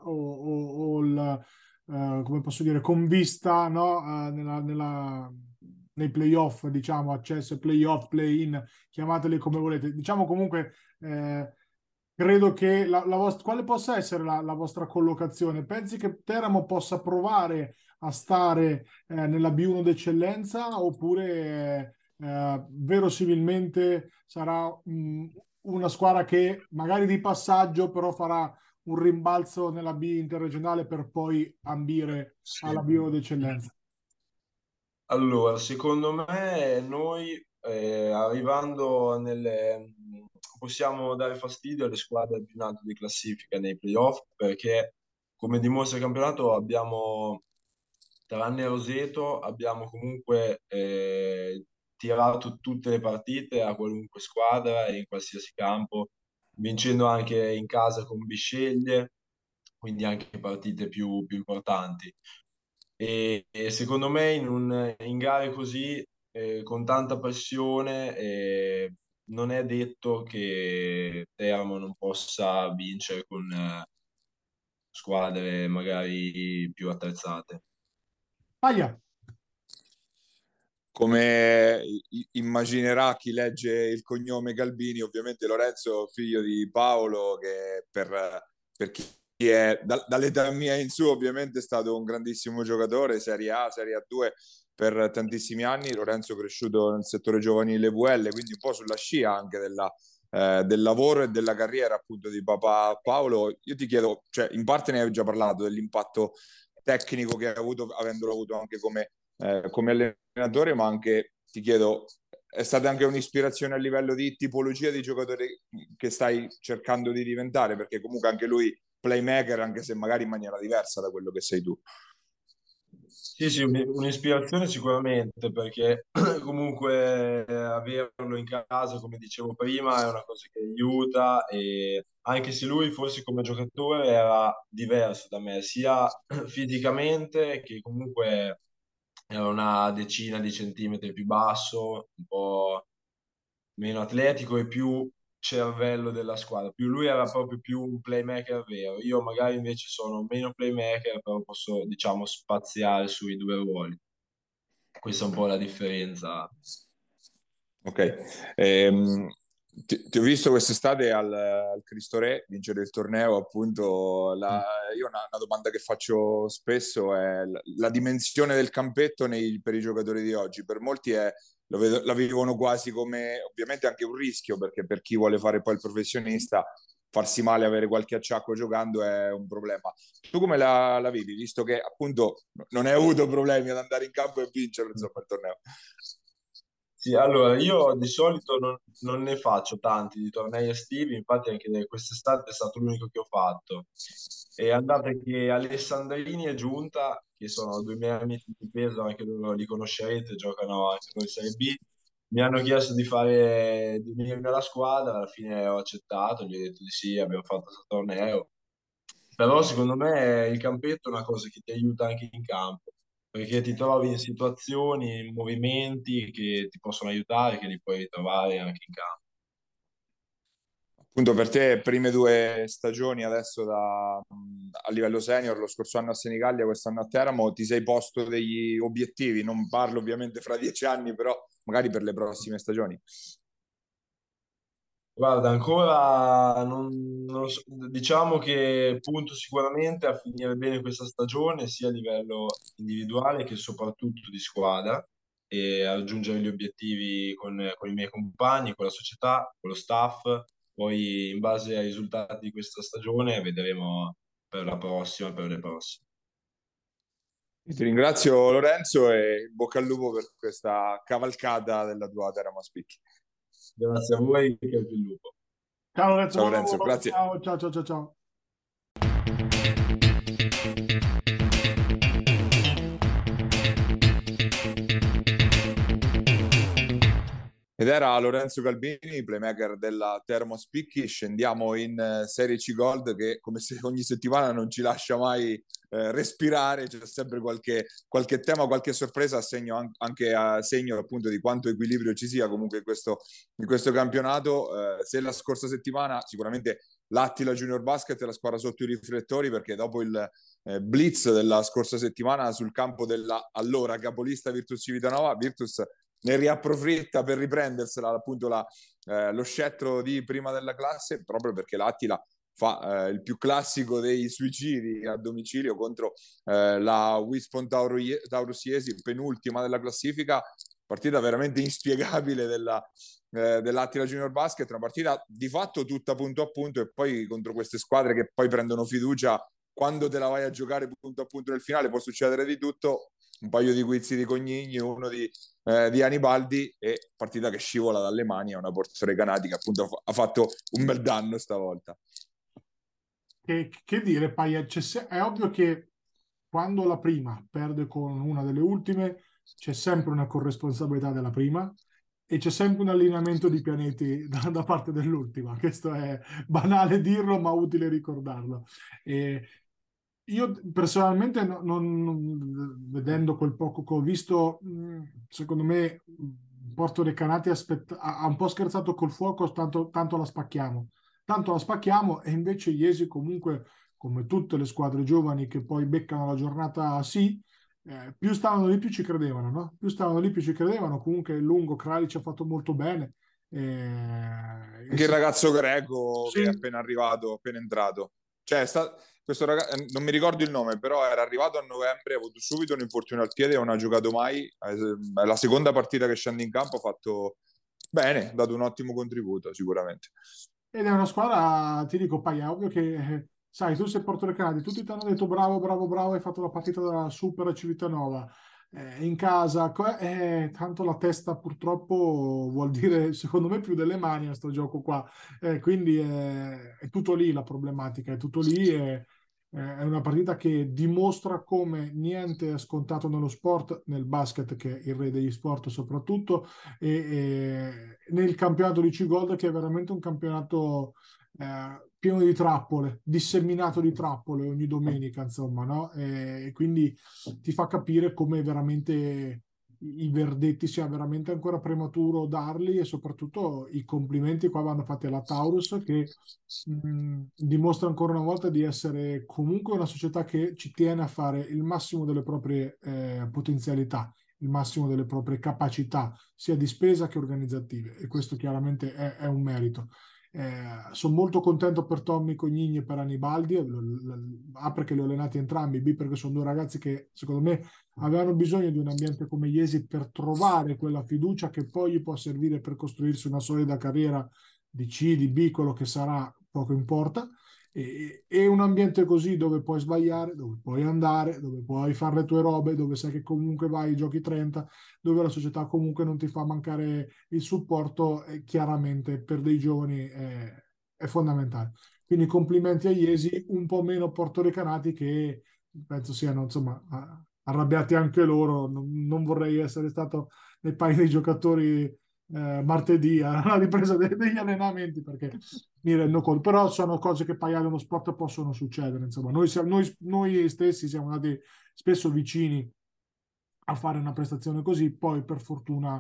come posso dire, con vista, no? Nei playoff, diciamo, accesso ai playoff, play-in, chiamateli come volete. Diciamo comunque, credo che quale possa essere la vostra collocazione? Pensi che Teramo possa provare a stare nella B1 d'eccellenza, oppure verosimilmente sarà una squadra che magari di passaggio però farà un rimbalzo nella B interregionale per poi ambire Sì. alla B1 d'eccellenza? Allora, secondo me noi arrivando possiamo dare fastidio alle squadre più in alto di classifica nei playoff, perché come dimostra il campionato abbiamo, tranne Roseto, abbiamo comunque tirato tutte le partite a qualunque squadra e in qualsiasi campo, vincendo anche in casa con Bisceglie, quindi anche partite più importanti. E secondo me in gare così, con tanta pressione, non è detto che Teramo non possa vincere con squadre magari più attrezzate. Paglia. Come immaginerà chi legge il cognome Galbini, ovviamente Lorenzo, figlio di Paolo, che per chi è dall'età mia in su, ovviamente è stato un grandissimo giocatore, Serie A, Serie A2 per tantissimi anni. Lorenzo cresciuto nel settore giovanile VL, quindi un po' sulla scia anche del lavoro e della carriera appunto di papà Paolo. Io ti chiedo, cioè in parte ne hai già parlato dell'impatto tecnico che ha avuto, avendolo avuto anche come allenatore, ma anche ti chiedo, è stata anche un'ispirazione a livello di tipologia di giocatore che stai cercando di diventare, perché comunque anche lui playmaker, anche se magari in maniera diversa da quello che sei tu. Sì, sì, un'ispirazione sicuramente, perché comunque averlo in casa, come dicevo prima, è una cosa che aiuta, e anche se lui forse come giocatore era diverso da me, sia fisicamente che comunque era una decina di centimetri più basso, un po' meno atletico e più cervello della squadra. Più lui era proprio più un playmaker vero. Io magari invece sono meno playmaker, però posso, diciamo, spaziare sui due ruoli. Questa è un po' la differenza. Ok. Ti ho visto quest'estate al Cristo Re vincere il torneo, appunto. Io una domanda che faccio spesso è la dimensione del campetto per i giocatori di oggi. Per molti la vivono quasi come ovviamente anche un rischio, perché per chi vuole fare poi il professionista, farsi male, avere qualche acciacco giocando è un problema. Tu come la vivi, visto che appunto non hai avuto problemi ad andare in campo e vincere insomma il torneo? Sì, allora io di solito non ne faccio tanti di tornei estivi, infatti anche quest'estate è stato l'unico che ho fatto. È andata che Alessandrini e Giunta, che sono due miei amici di peso, anche loro li conoscerete, giocano anche con il Serie B, mi hanno chiesto di unirmi alla squadra, alla fine ho accettato, gli ho detto di sì, abbiamo fatto questo torneo. Però secondo me il campetto è una cosa che ti aiuta anche in campo, perché ti trovi in situazioni, in movimenti che ti possono aiutare, che li puoi ritrovare anche in campo. Appunto per te, prime due stagioni adesso a livello senior, lo scorso anno a Senigallia, quest'anno a Teramo, ti sei posto degli obiettivi? Non parlo ovviamente fra 10 anni, però magari per le prossime stagioni. Guarda, ancora non lo so. Diciamo che punto sicuramente a finire bene questa stagione, sia a livello individuale che soprattutto di squadra, e a raggiungere gli obiettivi con i miei compagni, con la società, con lo staff. Poi, in base ai risultati di questa stagione, vedremo per la prossima, per le prossime. Ti ringrazio Lorenzo e in bocca al lupo per questa cavalcata della tua Teramo Spicchi. Grazie a voi, che il lupo. Ciao Lorenzo, Ciao buon Lorenzo, lavoro. grazie. Ciao, ciao, ciao, ciao, ciao. Ed era Lorenzo Galbini, playmaker della Termo Spicchi. Scendiamo in Serie C Gold, che come se ogni settimana non ci lascia mai respirare, c'è sempre qualche tema, qualche sorpresa, anche a segno appunto di quanto equilibrio ci sia comunque in questo campionato. Se la scorsa settimana sicuramente l'Attila Junior Basket è la squadra sotto i riflettori, perché dopo il blitz della scorsa settimana sul campo della allora capolista Virtus Civitanova, Virtus ne riapprofitta per riprendersela appunto lo scettro di prima della classe, proprio perché l'Attila fa il più classico dei suicidi a domicilio contro la Wispon Taurus Iesi, penultima della classifica, partita veramente inspiegabile dell'Attila Junior Basket, una partita di fatto tutta punto a punto, e poi contro queste squadre che poi prendono fiducia quando te la vai a giocare punto a punto nel finale può succedere di tutto. Un paio di guizzi di Cognigni, uno di Anibaldi, e partita che scivola dalle mani a una Porto Recanati che appunto ha fatto un bel danno stavolta. Che dire, Paia, è ovvio che quando la prima perde con una delle ultime c'è sempre una corresponsabilità della prima e c'è sempre un allineamento di pianeti da parte dell'ultima. Questo è banale dirlo, ma utile ricordarlo. E io personalmente, vedendo quel poco che ho visto, secondo me Porto Recanati ha un po' scherzato col fuoco, tanto la spacchiamo. Tanto la spacchiamo, e invece Iesi comunque, come tutte le squadre giovani che poi beccano la giornata, sì, più stavano lì più ci credevano, no? Più stavano lì più ci credevano. Comunque il lungo Kralic ha fatto molto bene. Anche il ragazzo greco sì. che è appena arrivato, appena entrato. Cioè, questo ragazzo, non mi ricordo il nome, però era arrivato a novembre, ha avuto subito un infortunio al piede e non ha giocato mai. È la seconda partita che scende in campo, ha fatto bene, ha dato un ottimo contributo sicuramente. Ed è una squadra, ti dico, Paia, è ovvio che, sai, tu sei Porto Recanati, tutti ti hanno detto bravo, bravo, bravo, hai fatto la partita da super a Civitanova, in casa, tanto la testa purtroppo vuol dire, secondo me, più delle mani a sto gioco qua. Quindi è tutto lì la problematica, è tutto lì, è una partita che dimostra come niente è scontato nello sport, nel basket che è il re degli sport soprattutto, e nel campionato di C-Gold, che è veramente un campionato pieno di trappole, disseminato di trappole ogni domenica, insomma, no? E quindi ti fa capire come veramente i verdetti sia veramente ancora prematuro darli, e soprattutto i complimenti qua vanno fatti alla Taurus, che dimostra ancora una volta di essere comunque una società che ci tiene a fare il massimo delle proprie potenzialità, il massimo delle proprie capacità, sia di spesa che organizzative, e questo chiaramente è un merito. Sono molto contento per Tommy Cognigni e per Anibaldi, A perché li ho allenati entrambi, B perché sono due ragazzi che secondo me avevano bisogno di un ambiente come Iesi per trovare quella fiducia che poi gli può servire per costruirsi una solida carriera di C, di B, quello che sarà, poco importa. E un ambiente così dove puoi sbagliare, dove puoi andare, dove puoi fare le tue robe, dove sai che comunque vai, giochi 30, dove la società comunque non ti fa mancare il supporto, chiaramente per dei giovani è fondamentale. Quindi complimenti a Iesi, un po' meno portorecanati, che penso siano insomma arrabbiati anche loro. Non vorrei essere stato nei panni dei giocatori martedì alla ripresa degli allenamenti, perché mi rendo conto, però sono cose che poi nello sport possono succedere. Insomma, noi stessi siamo andati spesso vicini a fare una prestazione così, poi per fortuna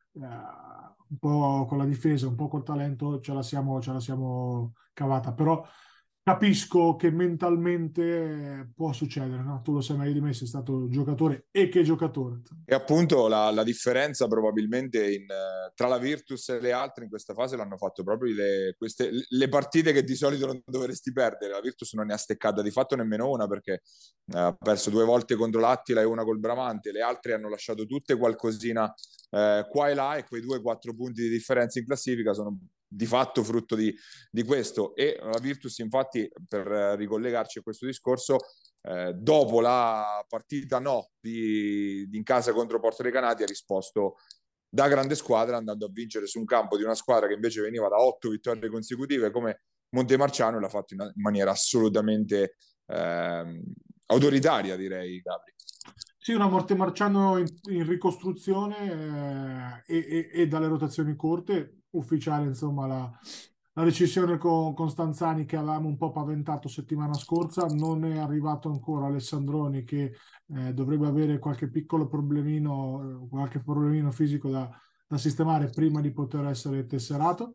un po' con la difesa, un po' col talento ce la siamo cavata, però capisco che mentalmente può succedere, no? Tu lo sai meglio di me, sei stato giocatore, e che giocatore. E appunto la differenza probabilmente tra la Virtus e le altre in questa fase l'hanno fatto proprio le partite che di solito non dovresti perdere. La Virtus non ne ha steccata di fatto nemmeno una, perché ha perso 2 volte contro l'Attila e una col Bramante. Le altre hanno lasciato tutte qualcosina qua e là, e quei 2-4 punti di differenza in classifica sono di fatto frutto di questo. E la Virtus, infatti, per ricollegarci a questo discorso, dopo la partita di in casa contro Porto Recanati ha risposto da grande squadra, andando a vincere su un campo di una squadra che invece veniva da 8 vittorie consecutive come Montemarciano, e l'ha fatto in maniera assolutamente autoritaria, direi, Gabri. Sì, una Montemarciano in ricostruzione, e dalle rotazioni corte, ufficiale insomma la decisione con Stanzani, che avevamo un po' paventato settimana scorsa. Non è arrivato ancora Alessandroni, che dovrebbe avere qualche piccolo problemino, qualche problemino fisico da sistemare prima di poter essere tesserato,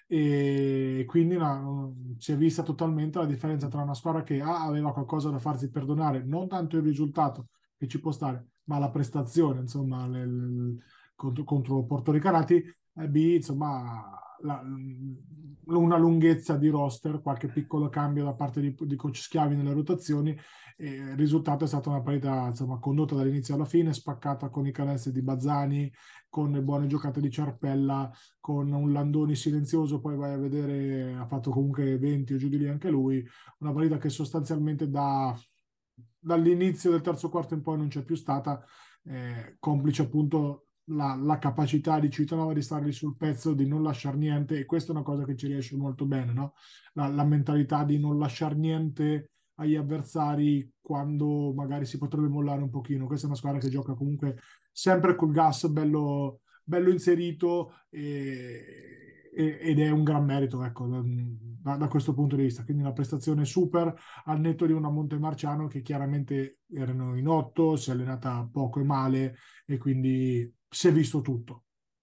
e quindi si è vista totalmente la differenza tra una squadra che aveva qualcosa da farsi perdonare, non tanto il risultato che ci può stare, ma la prestazione, insomma, contro portoricanati, B, insomma, una lunghezza di roster, qualche piccolo cambio da parte di coach Schiavi nelle rotazioni. Il risultato è stata una partita, insomma, condotta dall'inizio alla fine, spaccata con i canestri di Bazzani, con le buone giocate di Ciarpella, con un Landoni silenzioso, poi vai a vedere, ha fatto comunque 20 o giù di lì anche lui, una partita che sostanzialmente dall'inizio del terzo quarto in poi non c'è più stata, complice appunto la capacità di Civitanova di stargli sul pezzo, di non lasciare niente, e questa è una cosa che ci riesce molto bene, no? La mentalità di non lasciare niente agli avversari quando magari si potrebbe mollare un pochino. Questa è una squadra che gioca comunque sempre col gas bello, bello inserito, ed è un gran merito, ecco, da questo punto di vista. Quindi una prestazione super, al netto di una Montemarciano che chiaramente erano in 8, si è allenata poco e male, e quindi si è visto tutto.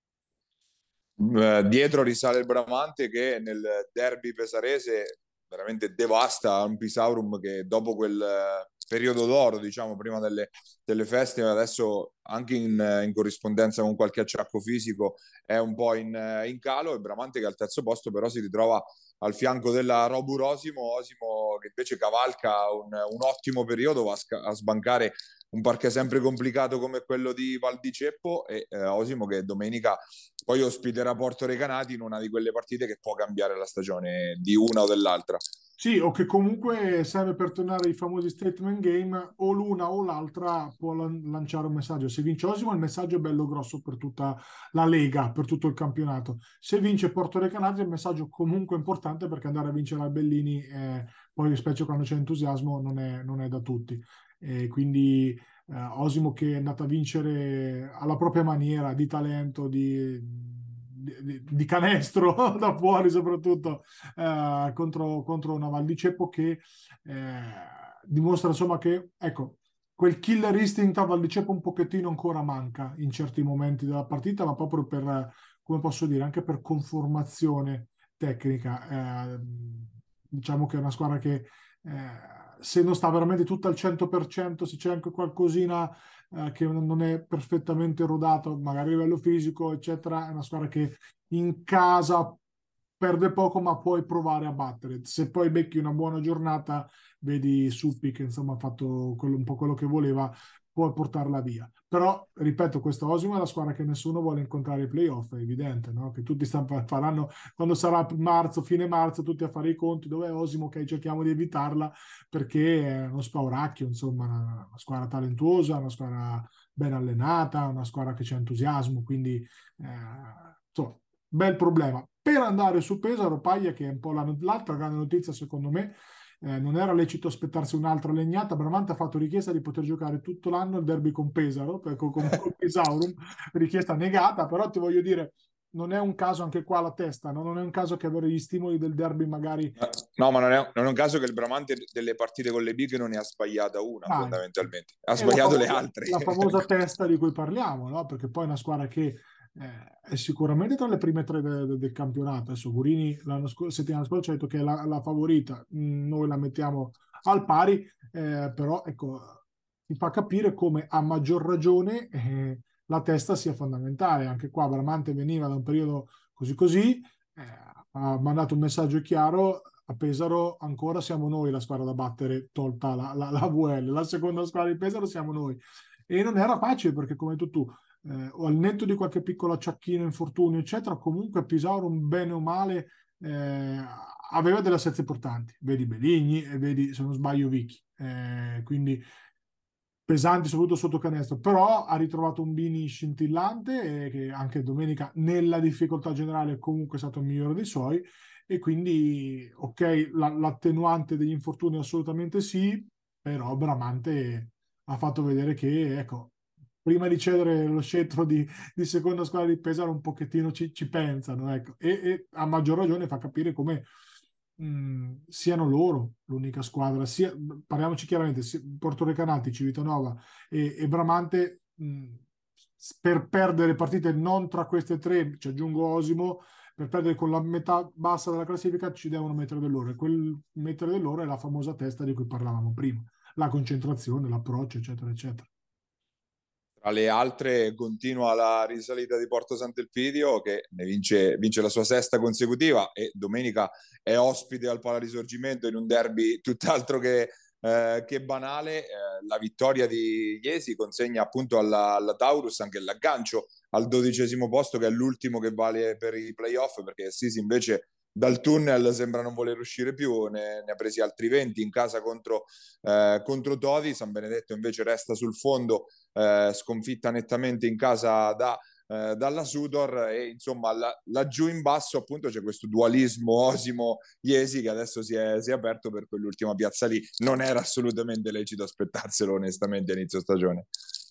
Dietro risale il Bramante che nel derby pesarese veramente devasta un Pisaurum che dopo quel periodo d'oro, diciamo, prima delle feste, adesso anche in corrispondenza con qualche acciacco fisico è un po' in calo, e Bramante che al terzo posto però si ritrova al fianco della Robur Osimo che invece cavalca un ottimo periodo, va a sbancare un parquet sempre complicato come quello di Val di Ceppo, e Osimo che domenica poi ospiterà Porto Recanati in una di quelle partite che può cambiare la stagione di una o dell'altra. Sì, o che comunque serve per tornare ai famosi statement game, o l'una o l'altra può lanciare un messaggio. Se vince Osimo il messaggio è bello grosso per tutta la Lega, per tutto il campionato. Se vince Porto Recanati il messaggio comunque importante, perché andare a vincere Albellini, poi specie quando c'è entusiasmo, non è da tutti. Quindi Osimo che è andato a vincere alla propria maniera, di talento, di canestro da fuori soprattutto, contro una Val di Ceppo che dimostra insomma che, ecco, quel killer instinct a Val di Ceppo un pochettino ancora manca in certi momenti della partita, ma proprio per, come posso dire, anche per conformazione tecnica. Diciamo che è una squadra che se non sta veramente tutta al 100%, se c'è anche qualcosina che non è perfettamente rodato, magari a livello fisico, eccetera, è una squadra che in casa perde poco, ma puoi provare a battere. Se poi becchi una buona giornata, vedi Suppi che insomma ha fatto un po' quello che voleva, puoi portarla via. Però, ripeto, questa Osimo è la squadra che nessuno vuole incontrare ai playoff, è evidente, no? Che tutti faranno, quando sarà marzo, fine marzo, tutti a fare i conti, dove è Osimo, che cerchiamo di evitarla, perché è uno spauracchio, insomma, una squadra talentuosa, una squadra ben allenata, una squadra che c'è entusiasmo, quindi insomma, bel problema. Per andare su Pesaro, Paglia, che è un po' l'altra grande notizia secondo me, non era lecito aspettarsi un'altra legnata. Bramante ha fatto richiesta di poter giocare tutto l'anno il derby con Pesaro, con Pesaurum, richiesta negata, però ti voglio dire, non è un caso anche qua la testa, no? Non è un caso che avere gli stimoli del derby magari... No, ma non è un caso che il Bramante delle partite con le big non ne ha sbagliata una, fondamentalmente. Ha sbagliato le altre. La famosa testa di cui parliamo, no? Perché poi è una squadra che è sicuramente tra le prime tre del campionato. Adesso Gurini settimana scorsa ci ha detto che è la favorita, noi la mettiamo al pari, però ecco, ti fa capire come a maggior ragione la testa sia fondamentale. Anche qua Bramante veniva da un periodo così, ha mandato un messaggio chiaro: a Pesaro ancora siamo noi la squadra da battere, tolta la VL, la seconda squadra di Pesaro siamo noi. E non era facile, perché come hai detto tu, o al netto di qualche piccolo acciacchino, infortunio, eccetera, comunque Pisauro, un bene o male, aveva delle assenze importanti. Vedi Beligni e vedi, se non sbaglio, Vichi. Quindi pesanti, soprattutto sotto canestro, però ha ritrovato un Bini scintillante, che anche domenica, nella difficoltà generale, comunque è stato il migliore dei suoi. E quindi, ok, l'attenuante degli infortuni assolutamente sì, però Bramante ha fatto vedere che, ecco, prima di cedere lo scettro di seconda squadra di Pesaro un pochettino ci pensano, ecco. E a maggior ragione fa capire come siano loro l'unica squadra, parliamoci chiaramente, Porto Recanati, Civitanova e Bramante, per perdere partite non tra queste tre, ci aggiungo Osimo, per perdere con la metà bassa della classifica ci devono mettere del loro, e quel mettere del loro è la famosa testa di cui parlavamo prima, la concentrazione, l'approccio, eccetera, eccetera. Tra le altre continua la risalita di Porto Sant'Elpidio che ne vince la sua sesta consecutiva e domenica è ospite al Palarisorgimento in un derby tutt'altro che banale. La vittoria di Iesi consegna appunto alla Taurus anche l'aggancio al 12° posto, che è l'ultimo che vale per i playoff, perché Sisi invece dal tunnel sembra non voler uscire più, ne ha presi altri 20 in casa contro Todi. San Benedetto invece resta sul fondo, sconfitta nettamente in casa dalla Sudor, e insomma laggiù in basso appunto c'è questo dualismo Osimo-Iesi che adesso si è aperto per quell'ultima piazza lì. Non era assolutamente lecito aspettarselo onestamente a inizio stagione.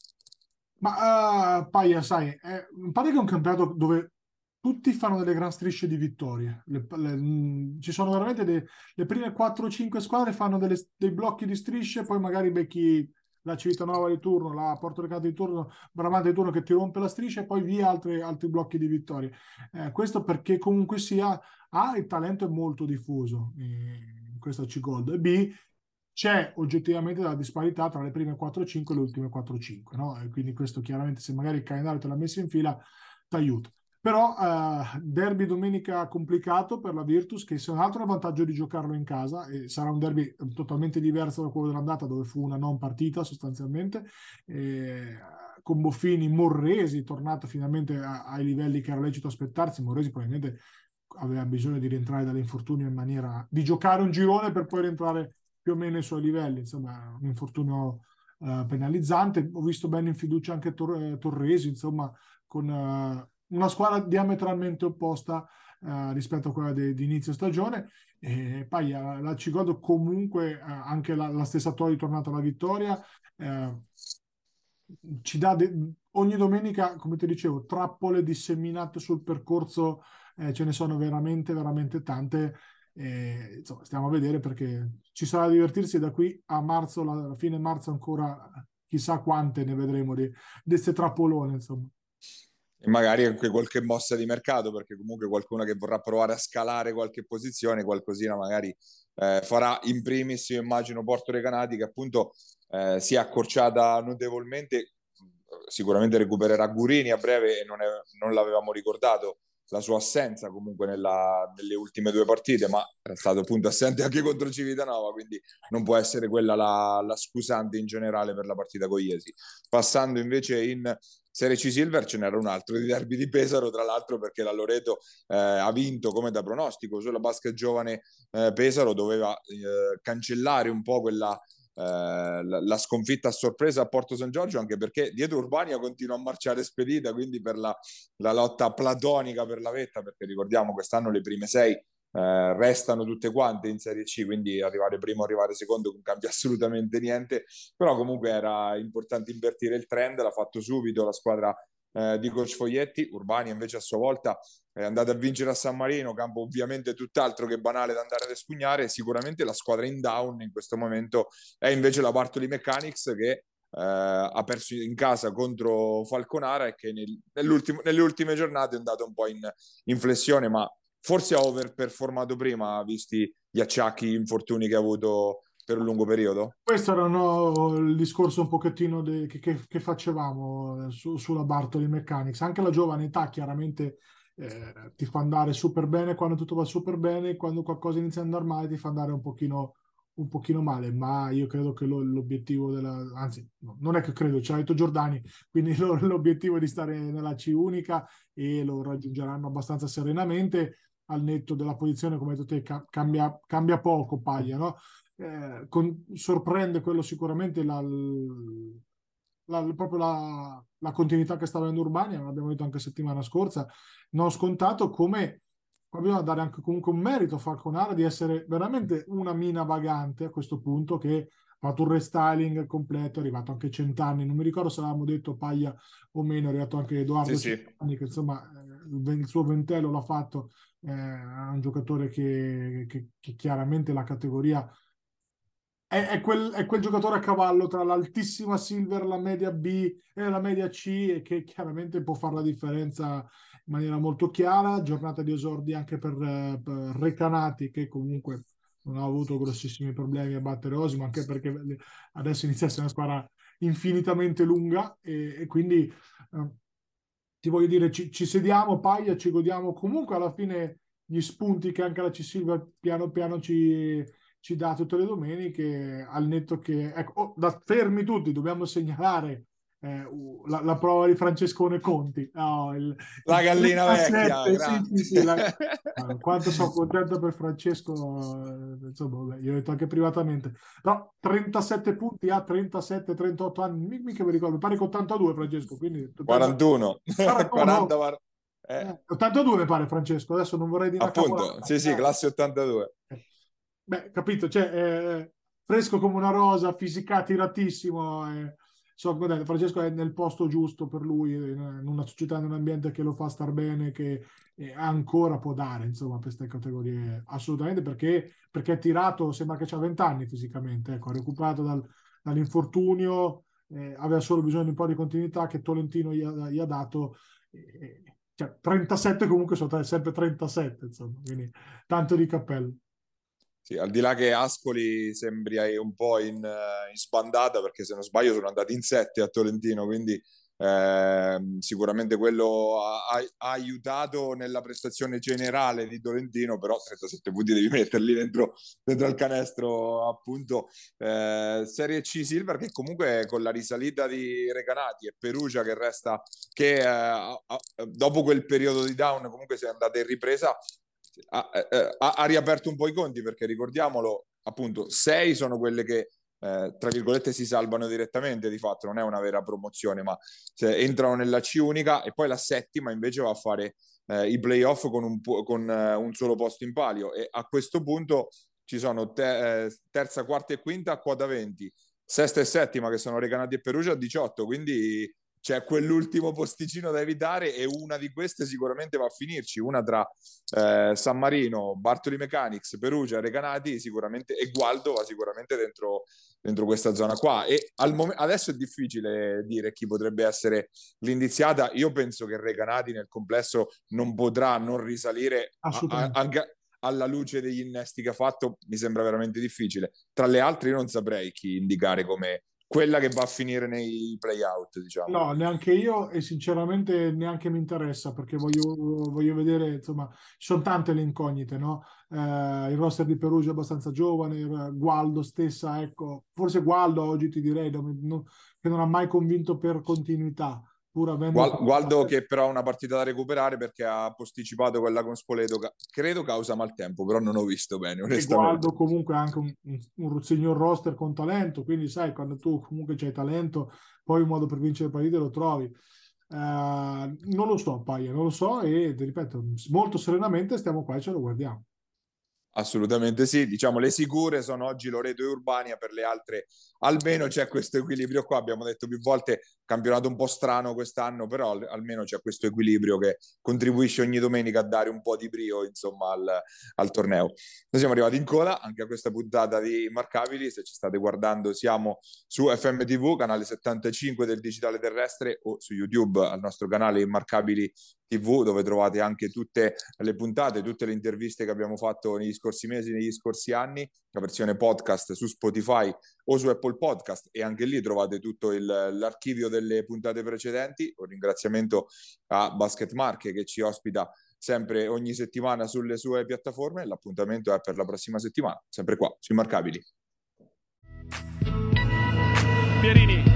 Ma Paia, sai, a parte che è un campionato dove tutti fanno delle gran strisce di vittorie. Ci sono veramente le prime 4-5 squadre fanno dei blocchi di strisce, poi magari becchi la Civitanova di turno, la Porto Recado di turno, Bramante di turno che ti rompe la striscia e poi via altri blocchi di vittorie. Questo perché comunque sia A, il talento è molto diffuso in questa C-Gold, e B, c'è oggettivamente la disparità tra le prime 4-5 e le ultime 4-5, no? E quindi questo chiaramente, se magari il calendario te l'ha messo in fila, ti aiuta. Però derby domenica complicato per la Virtus, che se non altro ha il vantaggio di giocarlo in casa, e sarà un derby totalmente diverso da quello dell'andata, dove fu una non partita sostanzialmente, con Boffini, Morresi tornato finalmente ai livelli che era lecito aspettarsi. Morresi probabilmente aveva bisogno di rientrare dall'infortunio in maniera di giocare un girone per poi rientrare più o meno ai suoi livelli, insomma un infortunio penalizzante. Ho visto bene in fiducia anche Torresi, insomma, con una squadra diametralmente opposta rispetto a quella di inizio stagione. E poi la Cigodo comunque, anche la stessa Tori tornata alla vittoria, ci dà ogni domenica, come ti dicevo, trappole disseminate sul percorso, ce ne sono veramente, veramente tante. Insomma, stiamo a vedere, perché ci sarà da divertirsi da qui a marzo, la fine marzo ancora, chissà quante ne vedremo di queste trappolone, insomma. E magari anche qualche mossa di mercato, perché comunque qualcuno che vorrà provare a scalare qualche posizione, qualcosina magari farà. In primis, io immagino Porto Recanati, che appunto si è accorciata notevolmente. Sicuramente recupererà Gurini a breve, e non l'avevamo ricordato la sua assenza comunque nelle ultime due partite, ma è stato appunto assente anche contro Civitanova, quindi non può essere quella la scusante in generale per la partita con Iesi. Passando invece in Serie C Silver, ce n'era un altro di derby di Pesaro, tra l'altro, perché la Loreto ha vinto come da pronostico sulla basket giovane. Pesaro doveva cancellare un po' la sconfitta a sorpresa a Porto San Giorgio, anche perché dietro Urbania continua a marciare spedita, quindi per la lotta platonica per la vetta, perché ricordiamo quest'anno le prime 6 restano tutte quante in Serie C, quindi arrivare primo, arrivare secondo non cambia assolutamente niente. Però comunque era importante invertire il trend, l'ha fatto subito la squadra di Coach Foglietti. Urbania invece a sua volta è andata a vincere a San Marino, campo ovviamente tutt'altro che banale da andare ad espugnare. Sicuramente la squadra in down in questo momento è invece la Bartoli Mechanics, che ha perso in casa contro Falconara e che nelle ultime giornate è andato un po' in flessione, ma forse ha overperformato prima, visti gli acciacchi, gli infortuni che ha avuto per un lungo periodo. Questo era il discorso un pochettino che facevamo sulla Bartoli Mechanics. Anche la giovane età chiaramente ti fa andare super bene quando tutto va super bene, quando qualcosa inizia a andare male ti fa andare un pochino male, ma io credo che l'obiettivo anzi, no, non è che credo, ci ha detto Giordani, quindi l'obiettivo è di stare nella C unica, e lo raggiungeranno abbastanza serenamente. Al netto della posizione, come hai detto te, cambia poco, Paglia, no? Sorprende quello sicuramente proprio la continuità che sta avendo Urbania, l'abbiamo detto anche settimana scorsa, non scontato, come dobbiamo dare anche comunque un merito a Falconara di essere veramente una mina vagante a questo punto, che ha fatto un restyling completo, è arrivato anche Centanni, non mi ricordo se l'avevamo detto Paglia o meno, è arrivato anche Edoardo Sì. Centanni, che insomma il suo ventello l'ha fatto. È un giocatore che chiaramente la categoria è quel giocatore a cavallo tra l'altissima Silver, la media B e la media C, e che chiaramente può fare la differenza in maniera molto chiara. Giornata di esordi anche per Recanati, che comunque non ha avuto grossissimi problemi a battere Osimo, anche perché adesso inizia a essere una squadra infinitamente lunga e quindi ti voglio dire, ci sediamo, Paia, ci godiamo comunque alla fine gli spunti che anche la C-Silver piano piano ci dà tutte le domeniche, al netto che, ecco, fermi tutti, dobbiamo segnalare la prova di Francescone Conti. No, la gallina 37, vecchia, sì, quanto sono contento per Francesco, insomma, vabbè, io ho detto anche privatamente, però 37 punti a 37-38 anni, mica mi ricordo, mi pare che 82 Francesco, quindi 41, 40, 82 mi pare Francesco, adesso non vorrei dire una appunto, cavolata. sì, classe 82. Beh, capito, cioè, fresco come una rosa, fisica tiratissimo. Francesco è nel posto giusto per lui, in una società, in un ambiente che lo fa star bene, che ancora può dare, insomma, per queste categorie, assolutamente, perché è tirato, sembra che ha 20 anni fisicamente, ecco, ha recuperato dall'infortunio, aveva solo bisogno di un po' di continuità che Tolentino gli ha dato. Cioè, 37 comunque sono sempre 37, insomma, quindi tanto di cappello. Sì, al di là che Ascoli sembri un po' in sbandata, perché se non sbaglio sono andati in 7 a Tolentino, quindi sicuramente quello ha aiutato nella prestazione generale di Tolentino, però 37 punti devi metterli dentro al canestro, appunto. Serie C Silver, che comunque con la risalita di Recanati e Perugia che resta, che dopo quel periodo di down comunque si è andata in ripresa, ha riaperto un po' i conti, perché ricordiamolo, appunto, 6 sono quelle che tra virgolette si salvano direttamente, di fatto non è una vera promozione, ma entrano nella C unica, e poi la settima invece va a fare i playoff con un solo posto in palio, e a questo punto ci sono terza, quarta e quinta a quota 20, sesta e settima che sono Recanati e Perugia a 18, quindi c'è quell'ultimo posticino da evitare, e una di queste sicuramente va a finirci, una tra San Marino, Bartoli Mechanics, Perugia, Recanati sicuramente, e Gualdo va sicuramente dentro questa zona qua. E adesso è difficile dire chi potrebbe essere l'indiziata. Io penso che Recanati nel complesso non potrà non risalire, anche alla luce degli innesti che ha fatto. Mi sembra veramente difficile. Tra le altre io non saprei chi indicare come quella che va a finire nei play-out, diciamo. No, neanche io, e sinceramente neanche mi interessa, perché voglio vedere, insomma, ci sono tante le incognite, no? Il roster di Perugia è abbastanza giovane, Gualdo stessa, ecco, forse Gualdo oggi ti direi che non ha mai convinto per continuità, pur avendo... Gualdo che però ha una partita da recuperare, perché ha posticipato quella con Spoleto, credo causa maltempo, però non ho visto bene, onestamente. E Gualdo comunque ha anche un signor roster con talento, quindi sai, quando tu comunque c'hai talento, poi un modo per vincere le partite lo trovi. Non lo so, Paia, non lo so, e ti ripeto, molto serenamente stiamo qua e ce lo guardiamo. Assolutamente sì, diciamo le sicure sono oggi Loreto e Urbania, per le altre almeno c'è questo equilibrio qua. Abbiamo detto più volte, campionato un po' strano quest'anno, però almeno c'è questo equilibrio che contribuisce ogni domenica a dare un po' di brio, insomma, al torneo. Noi siamo arrivati in coda anche a questa puntata di Immarcabili. Se ci state guardando, siamo su FMTV, canale 75 del digitale terrestre, o su YouTube al nostro canale Immarcabili TV, dove trovate anche tutte le puntate, tutte le interviste che abbiamo fatto negli scorsi mesi, negli scorsi anni, la versione podcast su Spotify o su Apple Podcast, e anche lì trovate tutto l'archivio delle puntate precedenti. Un ringraziamento a Basket Marche che ci ospita sempre ogni settimana sulle sue piattaforme. L'appuntamento è per la prossima settimana, sempre qua su Immarcabili. Pierini